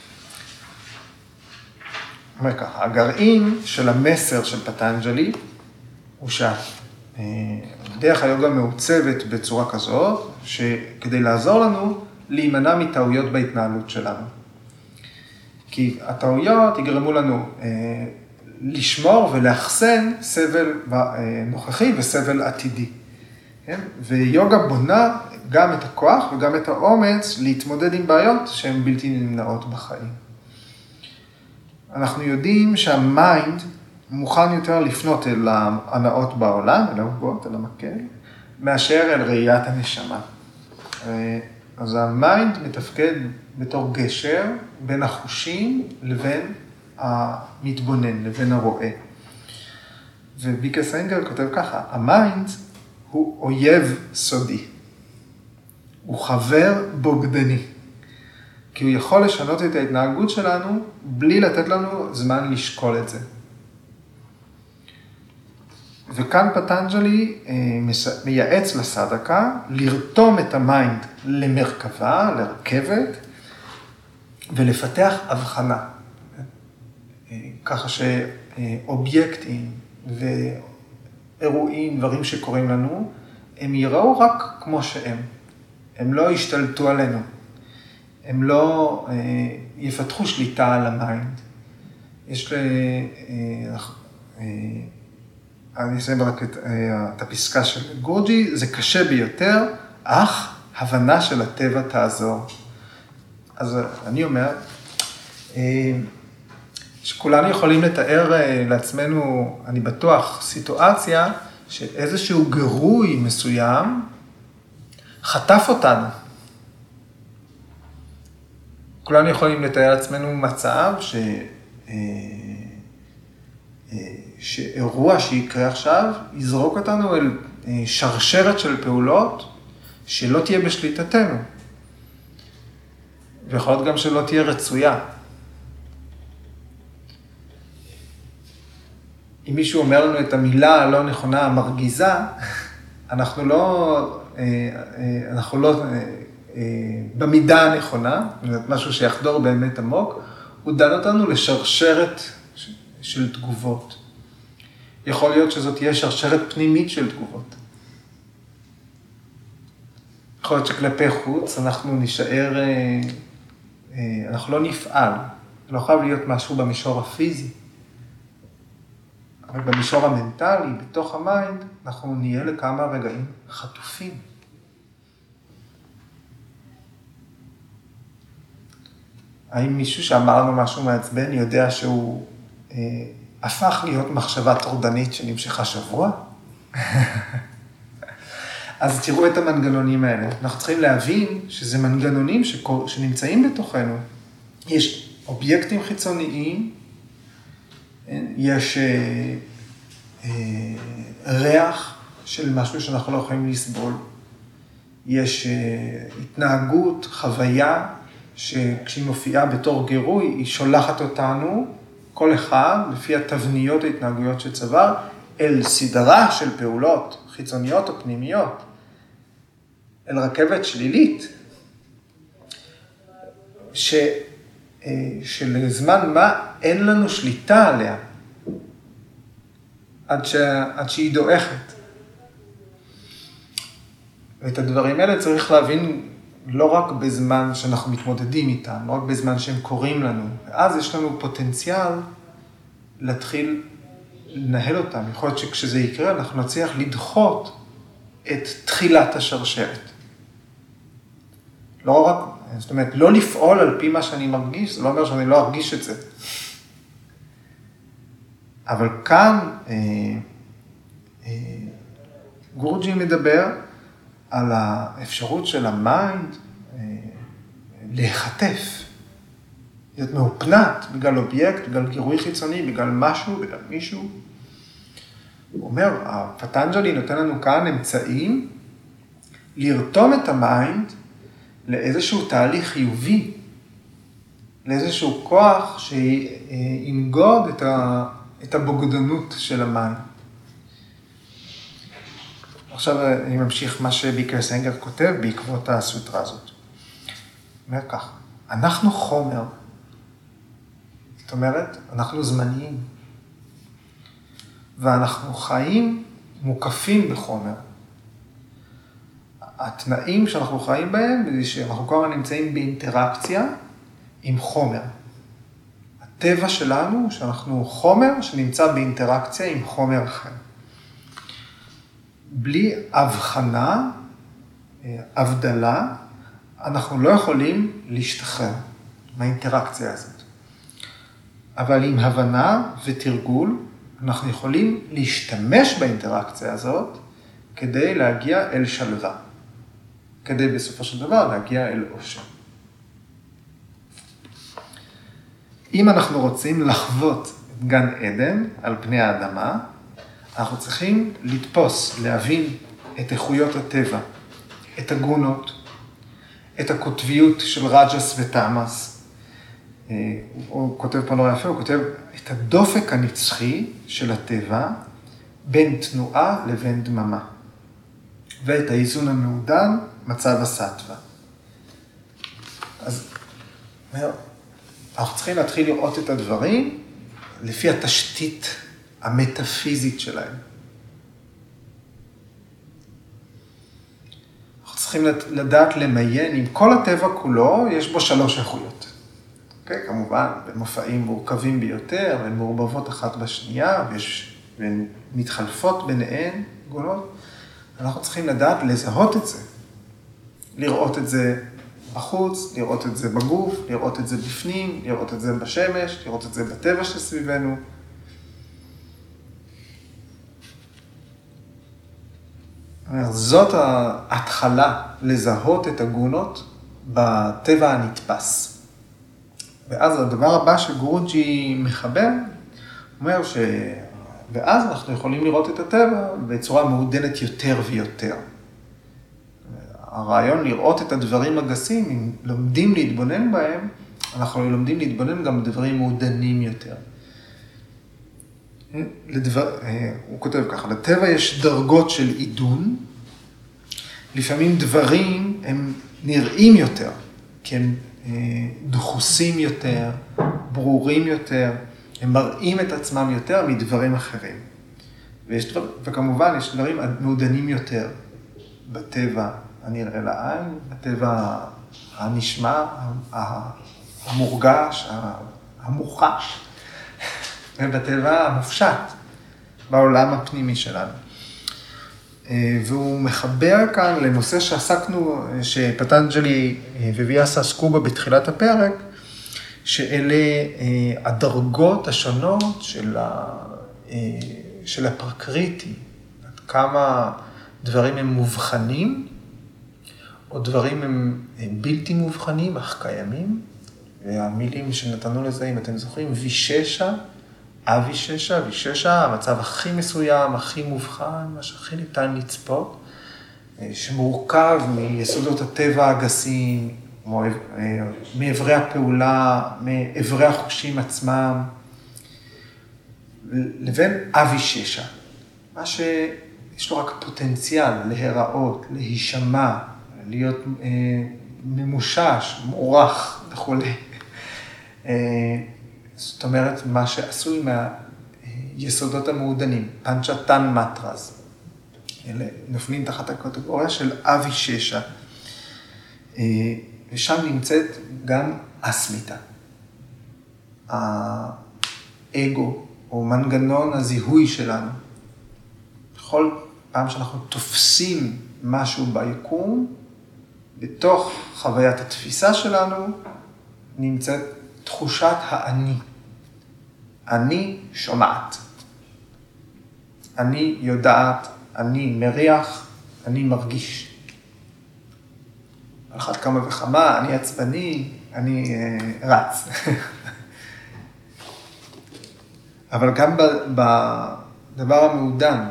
אומר ככה, הגרעין של המסר של פטנג'לי הוא שהדרך היוגה מעוצבת בצורה כזאת, שכדי לעזור לנו להימנע מטעויות בהתנהלות שלנו. כי הטעויות יגרמו לנו אה, לשמור ולאחסן סבל נוכחי וסבל עתידי. כן? ויוגה בונה גם את הכוח וגם את האומץ להתמודד עם בעיות שהן בלתי נמנעות בחיים. אנחנו יודעים שהמיינד מוכן יותר לפנות אל ההנאות בעולם, אל העוגות, אל המקל, מאשר אל ראיית הנשמה. אז המיינד מתפקד בתור גשר בין החושים לבין המתבונן, לבין הרואה. ובי קיי אס איינגר כותב ככה, המיינד הוא אויב סודי, הוא חבר בוגדני, כי הוא יכול לשנות את ההתנהגות שלנו בלי לתת לנו זמן לשקול את זה. וכאן פטנג'לי מייעץ לסדקה לרתום את המיינד למרכבה, לרכבת, ולפתח הבחנה. ככה שאובייקטים ואירועים, דברים שקורים לנו, הם יראו רק כמו שהם. הם לא ישתלטו עלינו. הם לא יפתחו שליטה על המיינד. יש ל... אני אסיים רק את, את הפסקה של גורג'י, זה קשה ביותר, אך הבנה של הטבע תעזור. אז אני אומר, שכולנו יכולים לתאר לעצמנו, אני בטוח, סיטואציה שאיזשהו גירוי מסוים חטף אותנו. כולנו יכולים לתאר לעצמנו מצב ש... שאירוע שיקרה עכשיו, יזרוק אותנו אל שרשרת של פעולות שלא תהיה בשליטתנו. ויכול להיות גם שלא תהיה רצויה. אם מישהו אומר לנו את המילה הלא נכונה, המרגיזה, אנחנו לא, אנחנו לא במידה הנכונה, משהו שיחדור באמת עמוק, הוא דן אותנו לשרשרת של תגובות. יכול להיות שזאת תהיה שרשרת פנימית של תגובות. יכול להיות שכלפי חוץ אנחנו נשאר, אנחנו לא נפעל. לא חייב להיות משהו במישור הפיזי. אבל במישור המנטלי, בתוך המיינד, אנחנו נהיה לכמה רגעים חטופים. האם מישהו שאמר לנו משהו מעצבן יודע שהוא אה, הפך להיות מחשבה טורדנית שנמשכה שבוע? אז תראו את המנגנונים האלה. אנחנו צריכים להבין שזה מנגנונים שקור... שנמצאים בתוכנו. יש אובייקטים חיצוניים, יש אה, אה, ריח של משהו שאנחנו לא יכולים לסבול, יש אה, התנהגות, חוויה, שכשהיא מופיעה בתור גירוי, היא שולחת אותנו, כל אחד, לפי התבניות ההתנהגויות שצבר, אל סדרה של פעולות חיצוניות או פנימיות, אל רכבת שלילית. ש, שלזמן מה אין לנו שליטה עליה, עד, ש, עד שהיא דועכת. ואת הדברים האלה צריך להבין לא רק בזמן שאנחנו מתמודדים איתם, לא רק בזמן שהם קורים לנו, ואז יש לנו פוטנציאל להתחיל לנהל אותם. יכול להיות שכשזה יקרה אנחנו נצליח לדחות את תחילת השרשרת. לא רק, זאת אומרת, לא לפעול על פי מה שאני מרגיש, זה לא אומר שאני לא ארגיש את זה. אבל כאן אה, אה, גורג'י מדבר על האפשרות של המיינד אה, להיחטף, להיות מאופנת בגלל אובייקט, בגלל גירוי חיצוני, בגלל משהו, בגלל מישהו. הוא אומר, הפטנג'לי נותן לנו כאן אמצעים לרתום את המיינד לאיזשהו תהליך חיובי, לאיזשהו כוח שינגוד את, ה, את הבוגדנות של המיינד. עכשיו אני ממשיך מה שביקר סנגר כותב בעקבות הסוטרה הזאת. הוא אומר כך, אנחנו חומר, זאת אומרת, אנחנו זמניים, ואנחנו חיים מוקפים בחומר. התנאים שאנחנו חיים בהם, זה שאנחנו כל הזמן נמצאים באינטראקציה עם חומר. הטבע שלנו הוא שאנחנו חומר שנמצא באינטראקציה עם חומר אחר. בלי הבחנה, הבדלה, אנחנו לא יכולים להשתחרר מהאינטראקציה הזאת. אבל עם הבנה ותרגול, אנחנו יכולים להשתמש באינטראקציה הזאת כדי להגיע אל שלווה. כדי בסופו של דבר להגיע אל אושר. אם אנחנו רוצים לחוות את גן עדן על פני האדמה, אנחנו צריכים לתפוס, להבין את איכויות הטבע, את הגונות, את הקוטביות של רג'ס וטמאס. הוא כותב פה נורא יפה, הוא כותב את הדופק הנצחי של הטבע בין תנועה לבין דממה. ואת האיזון המעודן, מצב הסטווה. אז אנחנו צריכים להתחיל לראות את הדברים לפי התשתית המטאפיזית שלהם. אנחנו צריכים לדעת למיין, עם כל הטבע כולו, יש בו שלוש איכויות. אוקיי? כמובן, במופעים מורכבים ביותר, הן מעורבבות אחת בשנייה, ויש, והן מתחלפות ביניהן, גונות. אנחנו צריכים לדעת לזהות את זה. לראות את זה בחוץ, לראות את זה בגוף, לראות את זה בפנים, לראות את זה בשמש, לראות את זה בטבע שסביבנו. זאת ההתחלה לזהות את הגונות בטבע הנתפס. ואז הדבר הבא שגורג'י מחבר, אומר ש... ואז אנחנו יכולים לראות את הטבע בצורה מעודנת יותר ויותר. הרעיון לראות את הדברים הגסים, אם לומדים להתבונן בהם, אנחנו לומדים להתבונן גם בדברים מעודנים יותר. לדבר, הוא כותב ככה, לטבע יש דרגות של עידון, לפעמים דברים הם נראים יותר, כי הם דחוסים יותר, ברורים יותר, הם מראים את עצמם יותר מדברים אחרים. ויש דבר, וכמובן יש דברים מעודנים יותר בטבע הנראה לעין, בטבע הנשמע, המורגש, המוחש, ובטבע המופשט, בעולם הפנימי שלנו. והוא מחבר כאן לנושא שעסקנו, שפטנג'לי וויאסה עסקו בה בתחילת הפרק, שאלה הדרגות השונות של, ה, של הפרקריטי, עד כמה דברים הם מובחנים, או דברים הם בלתי מובחנים, אך קיימים, והמילים שנתנו לזה, אם אתם זוכרים, ויששה, אביששה, ויששה, המצב הכי מסוים, הכי מובחן, מה שהכי ניתן לצפות, שמורכב מיסודות הטבע הגסים, מעברי הפעולה, מעברי החושים עצמם, לבין אביששה, מה שיש לו רק פוטנציאל להיראות, להישמע, להיות ממושש, מוערך וכו'. זאת אומרת, מה שעשוי מהיסודות המעודנים, פנצ'טן מטרז. אלה נופלים תחת הקטגוריה של אבי ששה. ושם נמצאת גם אסמיתה. האגו, או מנגנון הזיהוי שלנו. בכל פעם שאנחנו תופסים משהו ביקום, בתוך חוויית התפיסה שלנו נמצאת תחושת האני. אני שומעת. אני יודעת, אני מריח, אני מרגיש. על אחת כמה וכמה, אני עצבני, אני uh, רץ. אבל גם בדבר המעודן,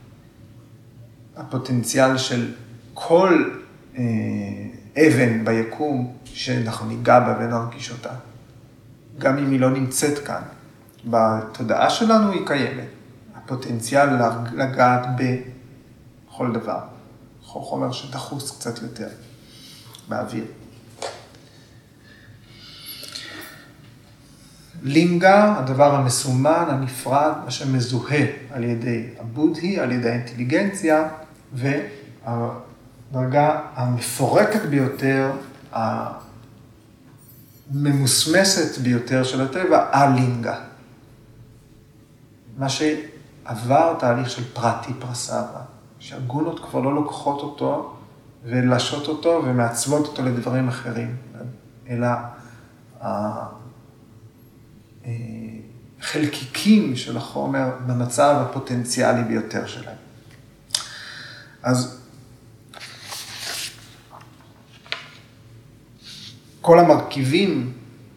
הפוטנציאל של כל uh, אבן ביקום, שאנחנו ניגע בה ונרגיש אותה, גם אם היא לא נמצאת כאן, בתודעה שלנו היא קיימת. הפוטנציאל לגעת בכל דבר, חומר שדחוס קצת יותר באוויר. לינגה, הדבר המסומן, הנפרד, מה שמזוהה על ידי הבודהי, על ידי האינטליגנציה, והדרגה המפורקת ביותר, הממוסמסת ביותר של הטבע, הלינגה. מה שעבר תהליך של פרטי פרסבה, שהגונות כבר לא לוקחות אותו ולשות אותו ומעצבות אותו לדברים אחרים, אלא החלקיקים של החומר במצב הפוטנציאלי ביותר שלהם. אז כל המרכיבים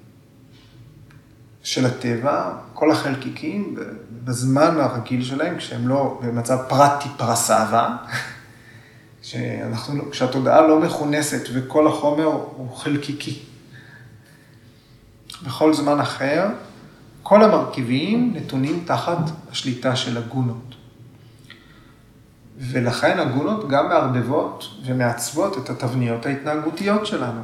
של הטבע, כל החלקיקים, בזמן הרגיל שלהם, כשהם לא במצב פרטי פרסבה, שאנחנו, כשהתודעה לא מכונסת וכל החומר הוא חלקיקי. בכל זמן אחר, כל המרכיבים נתונים תחת השליטה של הגונות. ולכן הגונות גם מערבבות ומעצבות את התבניות ההתנהגותיות שלנו.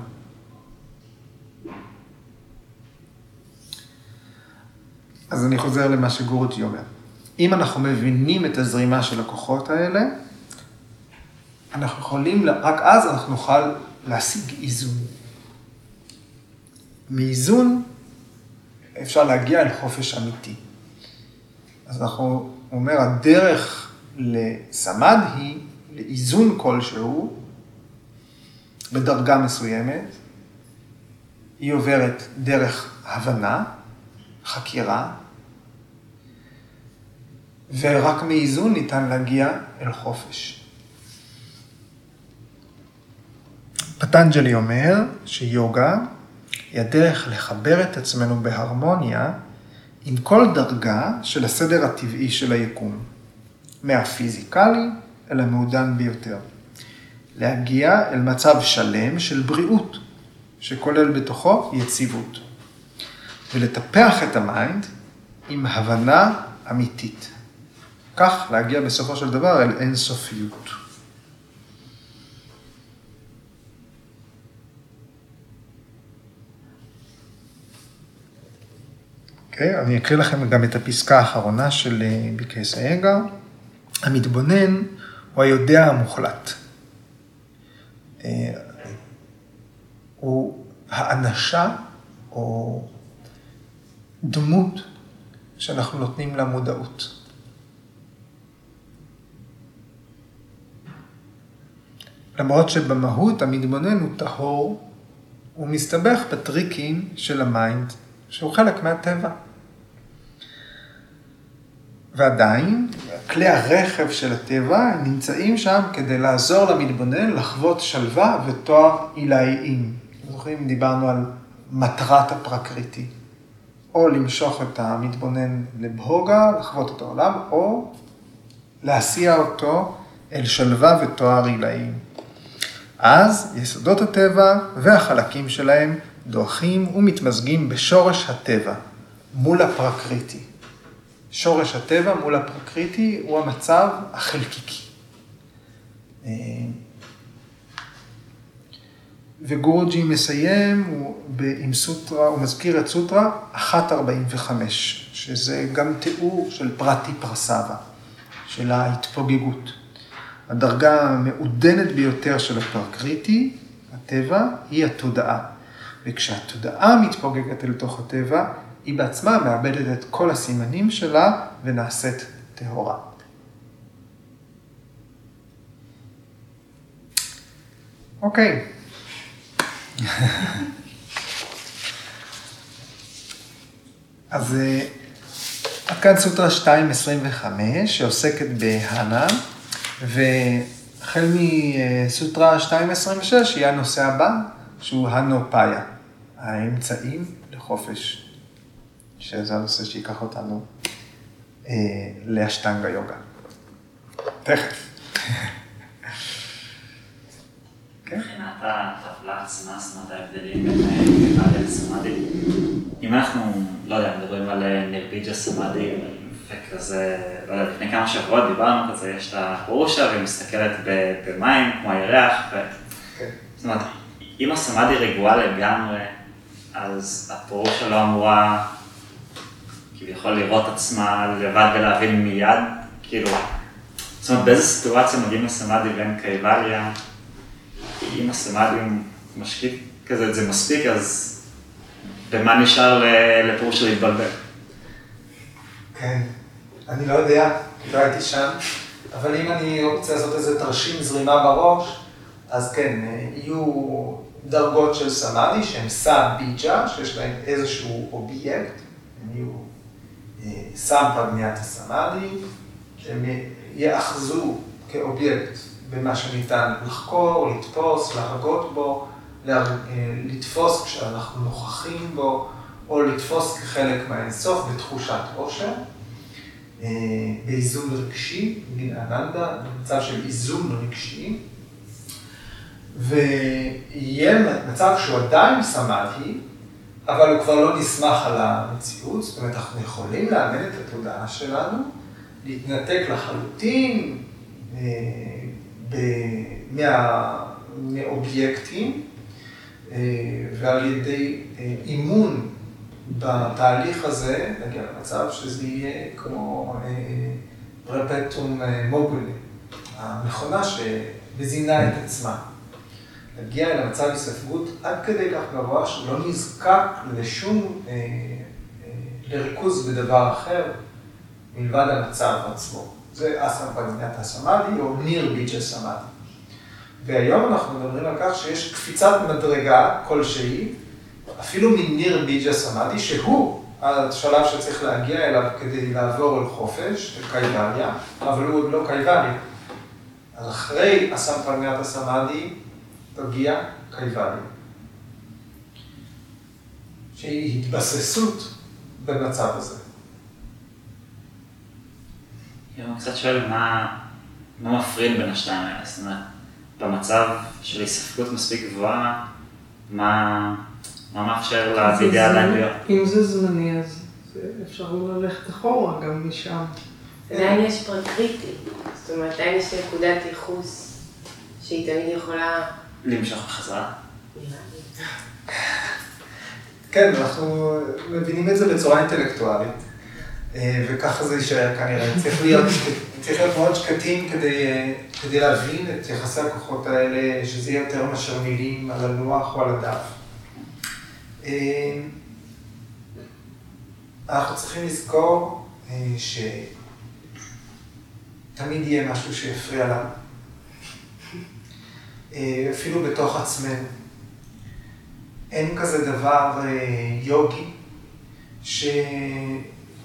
אז אני חוזר למה שגורותי אומר. אם אנחנו מבינים את הזרימה של הכוחות האלה, אנחנו יכולים, רק אז אנחנו נוכל להשיג איזון. מאיזון אפשר להגיע אל חופש אמיתי. אז אנחנו, הוא אומר, הדרך לסמד היא לאיזון כלשהו, בדרגה מסוימת, היא עוברת דרך הבנה, חקירה, ורק מאיזון ניתן להגיע אל חופש. פטנג'לי אומר שיוגה היא הדרך לחבר את עצמנו בהרמוניה עם כל דרגה של הסדר הטבעי של היקום, מהפיזיקלי אל המעודן ביותר. להגיע אל מצב שלם של בריאות, שכולל בתוכו יציבות. ולטפח את המיינד עם הבנה אמיתית. כך להגיע בסופו של דבר אל אינסופיות. אוקיי, אני אקריא לכם גם את הפסקה האחרונה של ביקייס האגר. המתבונן הוא היודע המוחלט. הוא האנשה או דמות שאנחנו נותנים לה מודעות. למרות שבמהות המתבונן הוא טהור, הוא מסתבך בטריקים של המיינד, שהוא חלק מהטבע. ועדיין, כלי הרכב של הטבע נמצאים שם כדי לעזור למתבונן לחוות שלווה ותואר עילאיים. זוכרים, דיברנו על מטרת הפרקריטי. או למשוך את המתבונן לבהוגה, לחוות את העולם, או להסיע אותו אל שלווה ותואר עילאיים. אז יסודות הטבע והחלקים שלהם דועכים ומתמזגים בשורש הטבע, מול הפרקריטי. שורש הטבע מול הפרקריטי הוא המצב החלקיקי. וגורג'י מסיים הוא, עם סוטרה, הוא מזכיר את סוטרה אחת ארבעים וחמש, שזה גם תיאור של פרטי פרסבה, של ההתפוגגות. הדרגה המעודנת ביותר של הפרקריטי, הטבע, היא התודעה. וכשהתודעה מתפוגגת אל תוך הטבע, היא בעצמה מאבדת את כל הסימנים שלה ונעשית טהורה. אוקיי. אז עד כאן סוטרה שתיים עשרים וחמש, שעוסקת בהנה, והחל מסוטרה שתיים עשרים ושש, יהיה הנושא הבא, שהוא הנופאיה, האמצעים לחופש, שזה הנושא שיקח אותנו אה, לאשטנגה יוגה. תכף. מבחינת הטבלה עצמה, זאת אומרת ההבדלים בין סמאדי לסמאדי. אם אנחנו, לא יודע, מדברים על נרביג'ה סמאדי, וכזה, לא יודע, לפני כמה שבועות דיברנו כזה, יש את הפורושה והיא מסתכלת במים, כמו הירח, זאת אומרת, אם הסמאדי רגועה לגמרי, אז הפורושה לא אמורה כביכול לראות עצמה לבד ולהבין מיד, כאילו, זאת אומרת, באיזה סיטואציה מגיעים לסמאדי ואין קייבליה, אם הסמאדי משקיט כזה, זה מספיק, אז במה נשאר לפורושה להתבלבל? כן, אני לא יודע, לא הייתי שם, אבל אם אני רוצה לעשות איזה תרשים זרימה בראש, אז כן, יהיו דרגות של סמאדי שהן סם ביג'ה, שיש להם איזשהו אובייקט, הם יהיו סם פרגניית הסמאדי, שהם יאחזו כאובייקט במה שניתן לחקור, לתפוס, להגות בו, לתפוס כשאנחנו נוכחים בו, או לתפוס כחלק מהאינסוף בתחושת עושר, באיזון רגשי, אננדה, במצב של איזון רגשי, ויהיה מצב שהוא עדיין סמאדי, אבל הוא כבר לא נסמך על המציאות, זאת אומרת, אנחנו יכולים לאמן את התודעה שלנו, להתנתק לחלוטין מאובייקטים, ועל ידי אימון בתהליך הזה, נגיע למצב שזה יהיה כמו פרפטום מובולי, המכונה שמזינה את עצמה. להגיע אל המצב הספגות עד כדי כך גבוה שלא נזקק לשום, לריכוז בדבר אחר מלבד המצב עצמו. זה אסם פרגניית הסמאדי או ניר ביג'ה סמאדי. והיום אנחנו מדברים על כך שיש קפיצת מדרגה כלשהי, אפילו מניר ביג'ה סמאדי, שהוא השלב שצריך להגיע אליו כדי לעבור אל חופש, אל קייבליה, אבל הוא עוד לא קייבליה. אז אחרי אסם פרגניית הסמאדי, תגיע קייבליה. שהיא התבססות במצב הזה. אני קצת שואל מה, מה מפריד בין השתיים האלה, זאת אומרת, במצב של היספקות מספיק גבוהה, מה, מה מאפשר לבידי עדיין להיות? אם זה זמני, אז אפשר ללכת אחורה גם משם. עדיין יש פרקריטי, זאת אומרת, עדיין יש נקודת ייחוס שהיא תמיד יכולה למשוך בחזרה. כן, אנחנו מבינים את זה בצורה אינטלקטואלית, וככה זה יישאר כנראה. צריך להיות, צריך להיות מאוד שקטים כדי, כדי להבין את יחסי הכוחות האלה, שזה יהיה יותר מאשר מילים על הלוח או על הדף. אנחנו צריכים לזכור שתמיד יהיה משהו שיפריע לנו. אפילו בתוך עצמנו. אין כזה דבר יוגי, שגם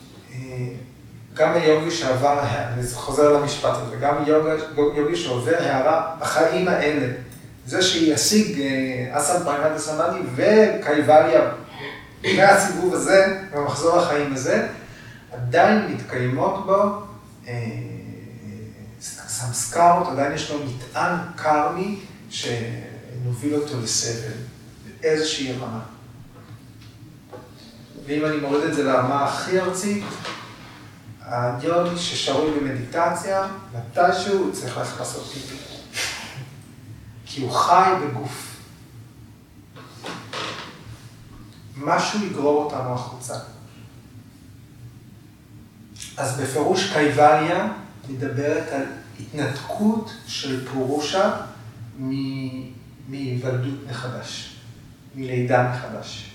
היוגי שעבר, אני חוזר למשפט הזה, גם יוגי שעובר הערה בחיים האלה, זה שישיג אסם פרגניית הסמאדי וקייבליה מהסיבוב הזה, במחזור החיים הזה, עדיין מתקיימות בו סמסקרות, עדיין יש לו מטען קרמי שנוביל אותו לסבל, באיזושהי רמה. ואם אני מוריד את זה לרמה הכי ארצית, היוגי ששרוי במדיטציה, מתישהו הוא צריך ללכת לעשות פיפי. כי הוא חי בגוף. משהו יגרור אותנו החוצה. אז בפירוש קייבליה מדברת על התנתקות של פורושה מהיוולדות מחדש, מלידה מחדש.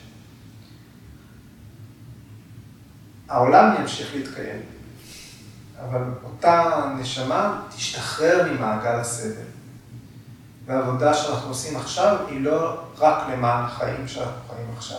העולם ימשיך להתקיים, אבל אותה נשמה תשתחרר ממעגל הסבל. והעבודה שאנחנו עושים עכשיו היא לא רק למען החיים שאנחנו חיים עכשיו.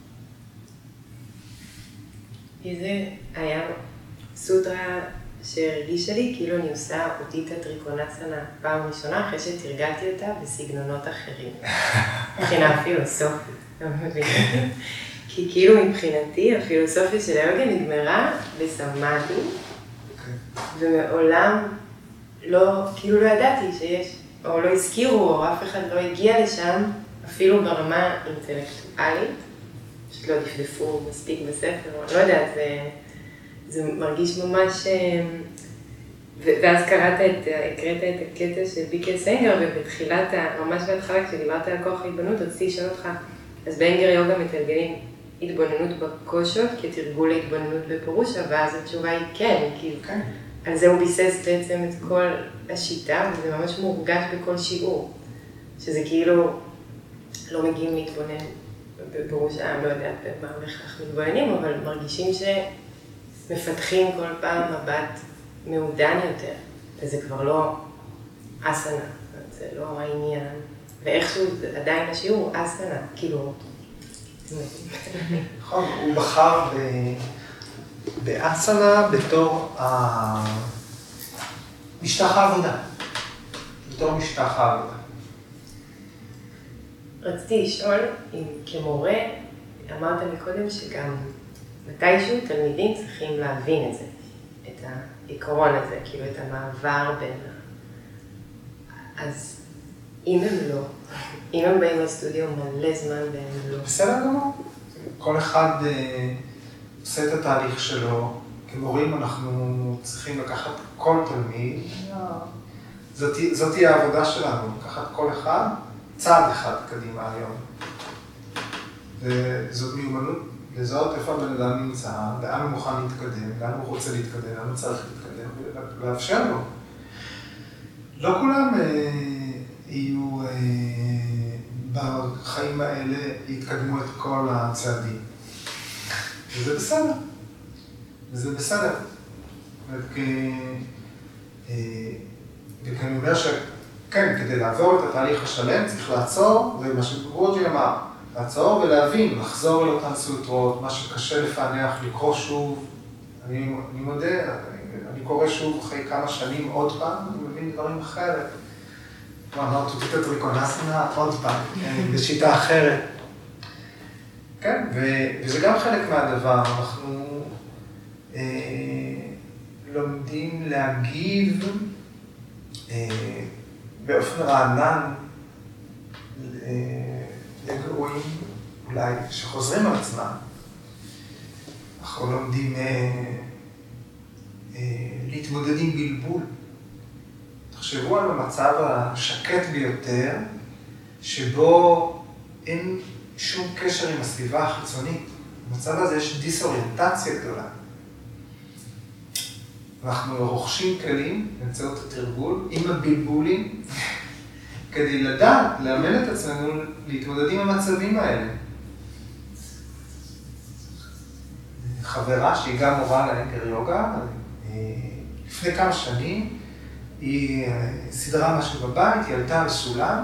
איזה היה סוטרה שהרגישה לי כאילו אני עושה אותיטה טריקונסנה פעם ראשונה אחרי שתרגלתי אותה בסגנונות אחרים. מבחינה פילוסופית, לא מבינים? כי כאילו מבחינתי הפילוסופיה של היוגה נגמרה בסמאדי, ומעולם לא, כאילו לא ידעתי שיש, או לא הזכירו, או אף אחד לא הגיע לשם, אפילו ברמה אינטלקטואלית, פשוט לא דפדפו מספיק בספר, או לא יודעת, זה, זה מרגיש ממש, ואז קראת את, הקראת את הקטע של ביקל סנגר, ובתחילת, ממש בהתחלה כשדיברת על כוח ההתבוננות, רציתי לשאול אותך, אז באנגר יוגה מתרגלים התבוננות בקושות כתרגול להתבוננות בפורושה, ואז התשובה היא כן, כי כן. על זה הוא ביסס בעצם את כל השיטה, וזה ממש מורגש בכל שיעור, שזה כאילו לא מגיעים להתבונן בפורושה, אני לא יודעת במה בכך מתבוננים, אבל מרגישים שמפתחים כל פעם מבט מעודן יותר, וזה כבר לא אסנה, זה לא העניין, ואיכשהו עדיין השיעור הוא אסנה, כאילו... נכון, הוא בחר באסנה בתור משטח העבודה, בתור משטח העבודה. רציתי לשאול אם כמורה, אמרת מקודם שגם מתישהו תלמידים צריכים להבין את זה, את העיקרון הזה, כאילו את המעבר בין ה... אז אם הם לא, אם הם באים לסטודיו מלא זמן והם לא. בסדר גמור. כל אחד אה, עושה את התהליך שלו. כמורים אנחנו צריכים לקחת כל תלמיד. זאת, זאת תהיה העבודה שלנו, לקחת כל אחד, צעד אחד קדימה היום. וזאת מיומנות, לזהות איפה הבן אדם נמצא, לאן הוא מוכן להתקדם, לאן הוא רוצה להתקדם, לאן הוא צריך להתקדם, ולאפשר לו. לא כולם... אה, יהיו אה, בחיים האלה, יתקדמו את כל הצעדים. וזה בסדר. וזה בסדר. וכי אני אומר שכן, כדי לעבור את התהליך השלם, צריך לעצור, ומה שגורג'י אמר, לעצור ולהבין, לחזור אל אותן סוטרות, מה שקשה לפענח, לקרוא שוב. אני, אני מודה, אני, אני קורא שוב אחרי כמה שנים עוד פעם, אני מבין דברים אחרת. אמרת, אותיטה טריקונסנה עוד פעם, בשיטה אחרת. כן, וזה גם חלק מהדבר, אנחנו אה, לומדים להגיב אה, באופן רענן אה, לאירועים אולי שחוזרים על עצמם. אנחנו לומדים אה, אה, להתמודד עם בלבול. תחשבו על המצב השקט ביותר, שבו אין שום קשר עם הסביבה החיצונית. במצב הזה יש דיסאוריינטציה גדולה. אנחנו רוכשים כלים באמצעות התרגול עם הבלבולים, כדי לדעת, לאמן את עצמנו להתמודד עם המצבים האלה. חברה שהיא גם מורה לאנגר יוגה, לפני כמה שנים, היא סדרה משהו בבית, היא עלתה על סולם,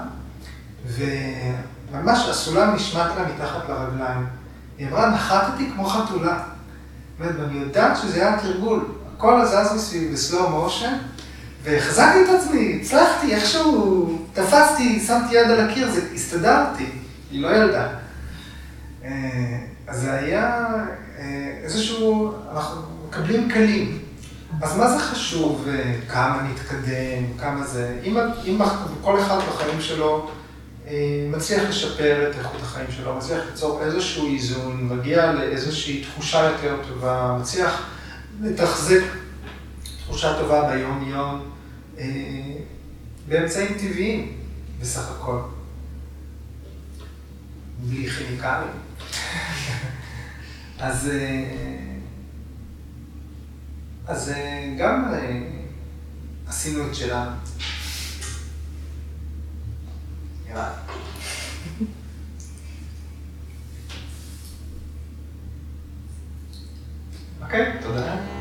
וממש הסולם נשמט לה מתחת לרגליים. היא אמרה, נחתתי כמו חתולה. ואני יודעת שזה היה תרגול. הכל זז מסביב בסלואו מושן, והחזקתי את עצמי, הצלחתי, איכשהו תפסתי, שמתי יד על הקיר, זה הסתדרתי, היא לא ילדה. אז זה היה איזשהו, אנחנו מקבלים כלים. אז מה זה חשוב, כמה נתקדם, כמה זה, אם, אם כל אחד בחיים שלו מצליח לשפר את איכות החיים שלו, מצליח ליצור איזשהו איזון, מגיע לאיזושהי תחושה יותר טובה, מצליח לתחזק תחושה טובה ביום-יום, באמצעים טבעיים בסך הכל, בלי כימיקלים. אז, אז גם עשינו את שלנו. נראה. אוקיי, תודה.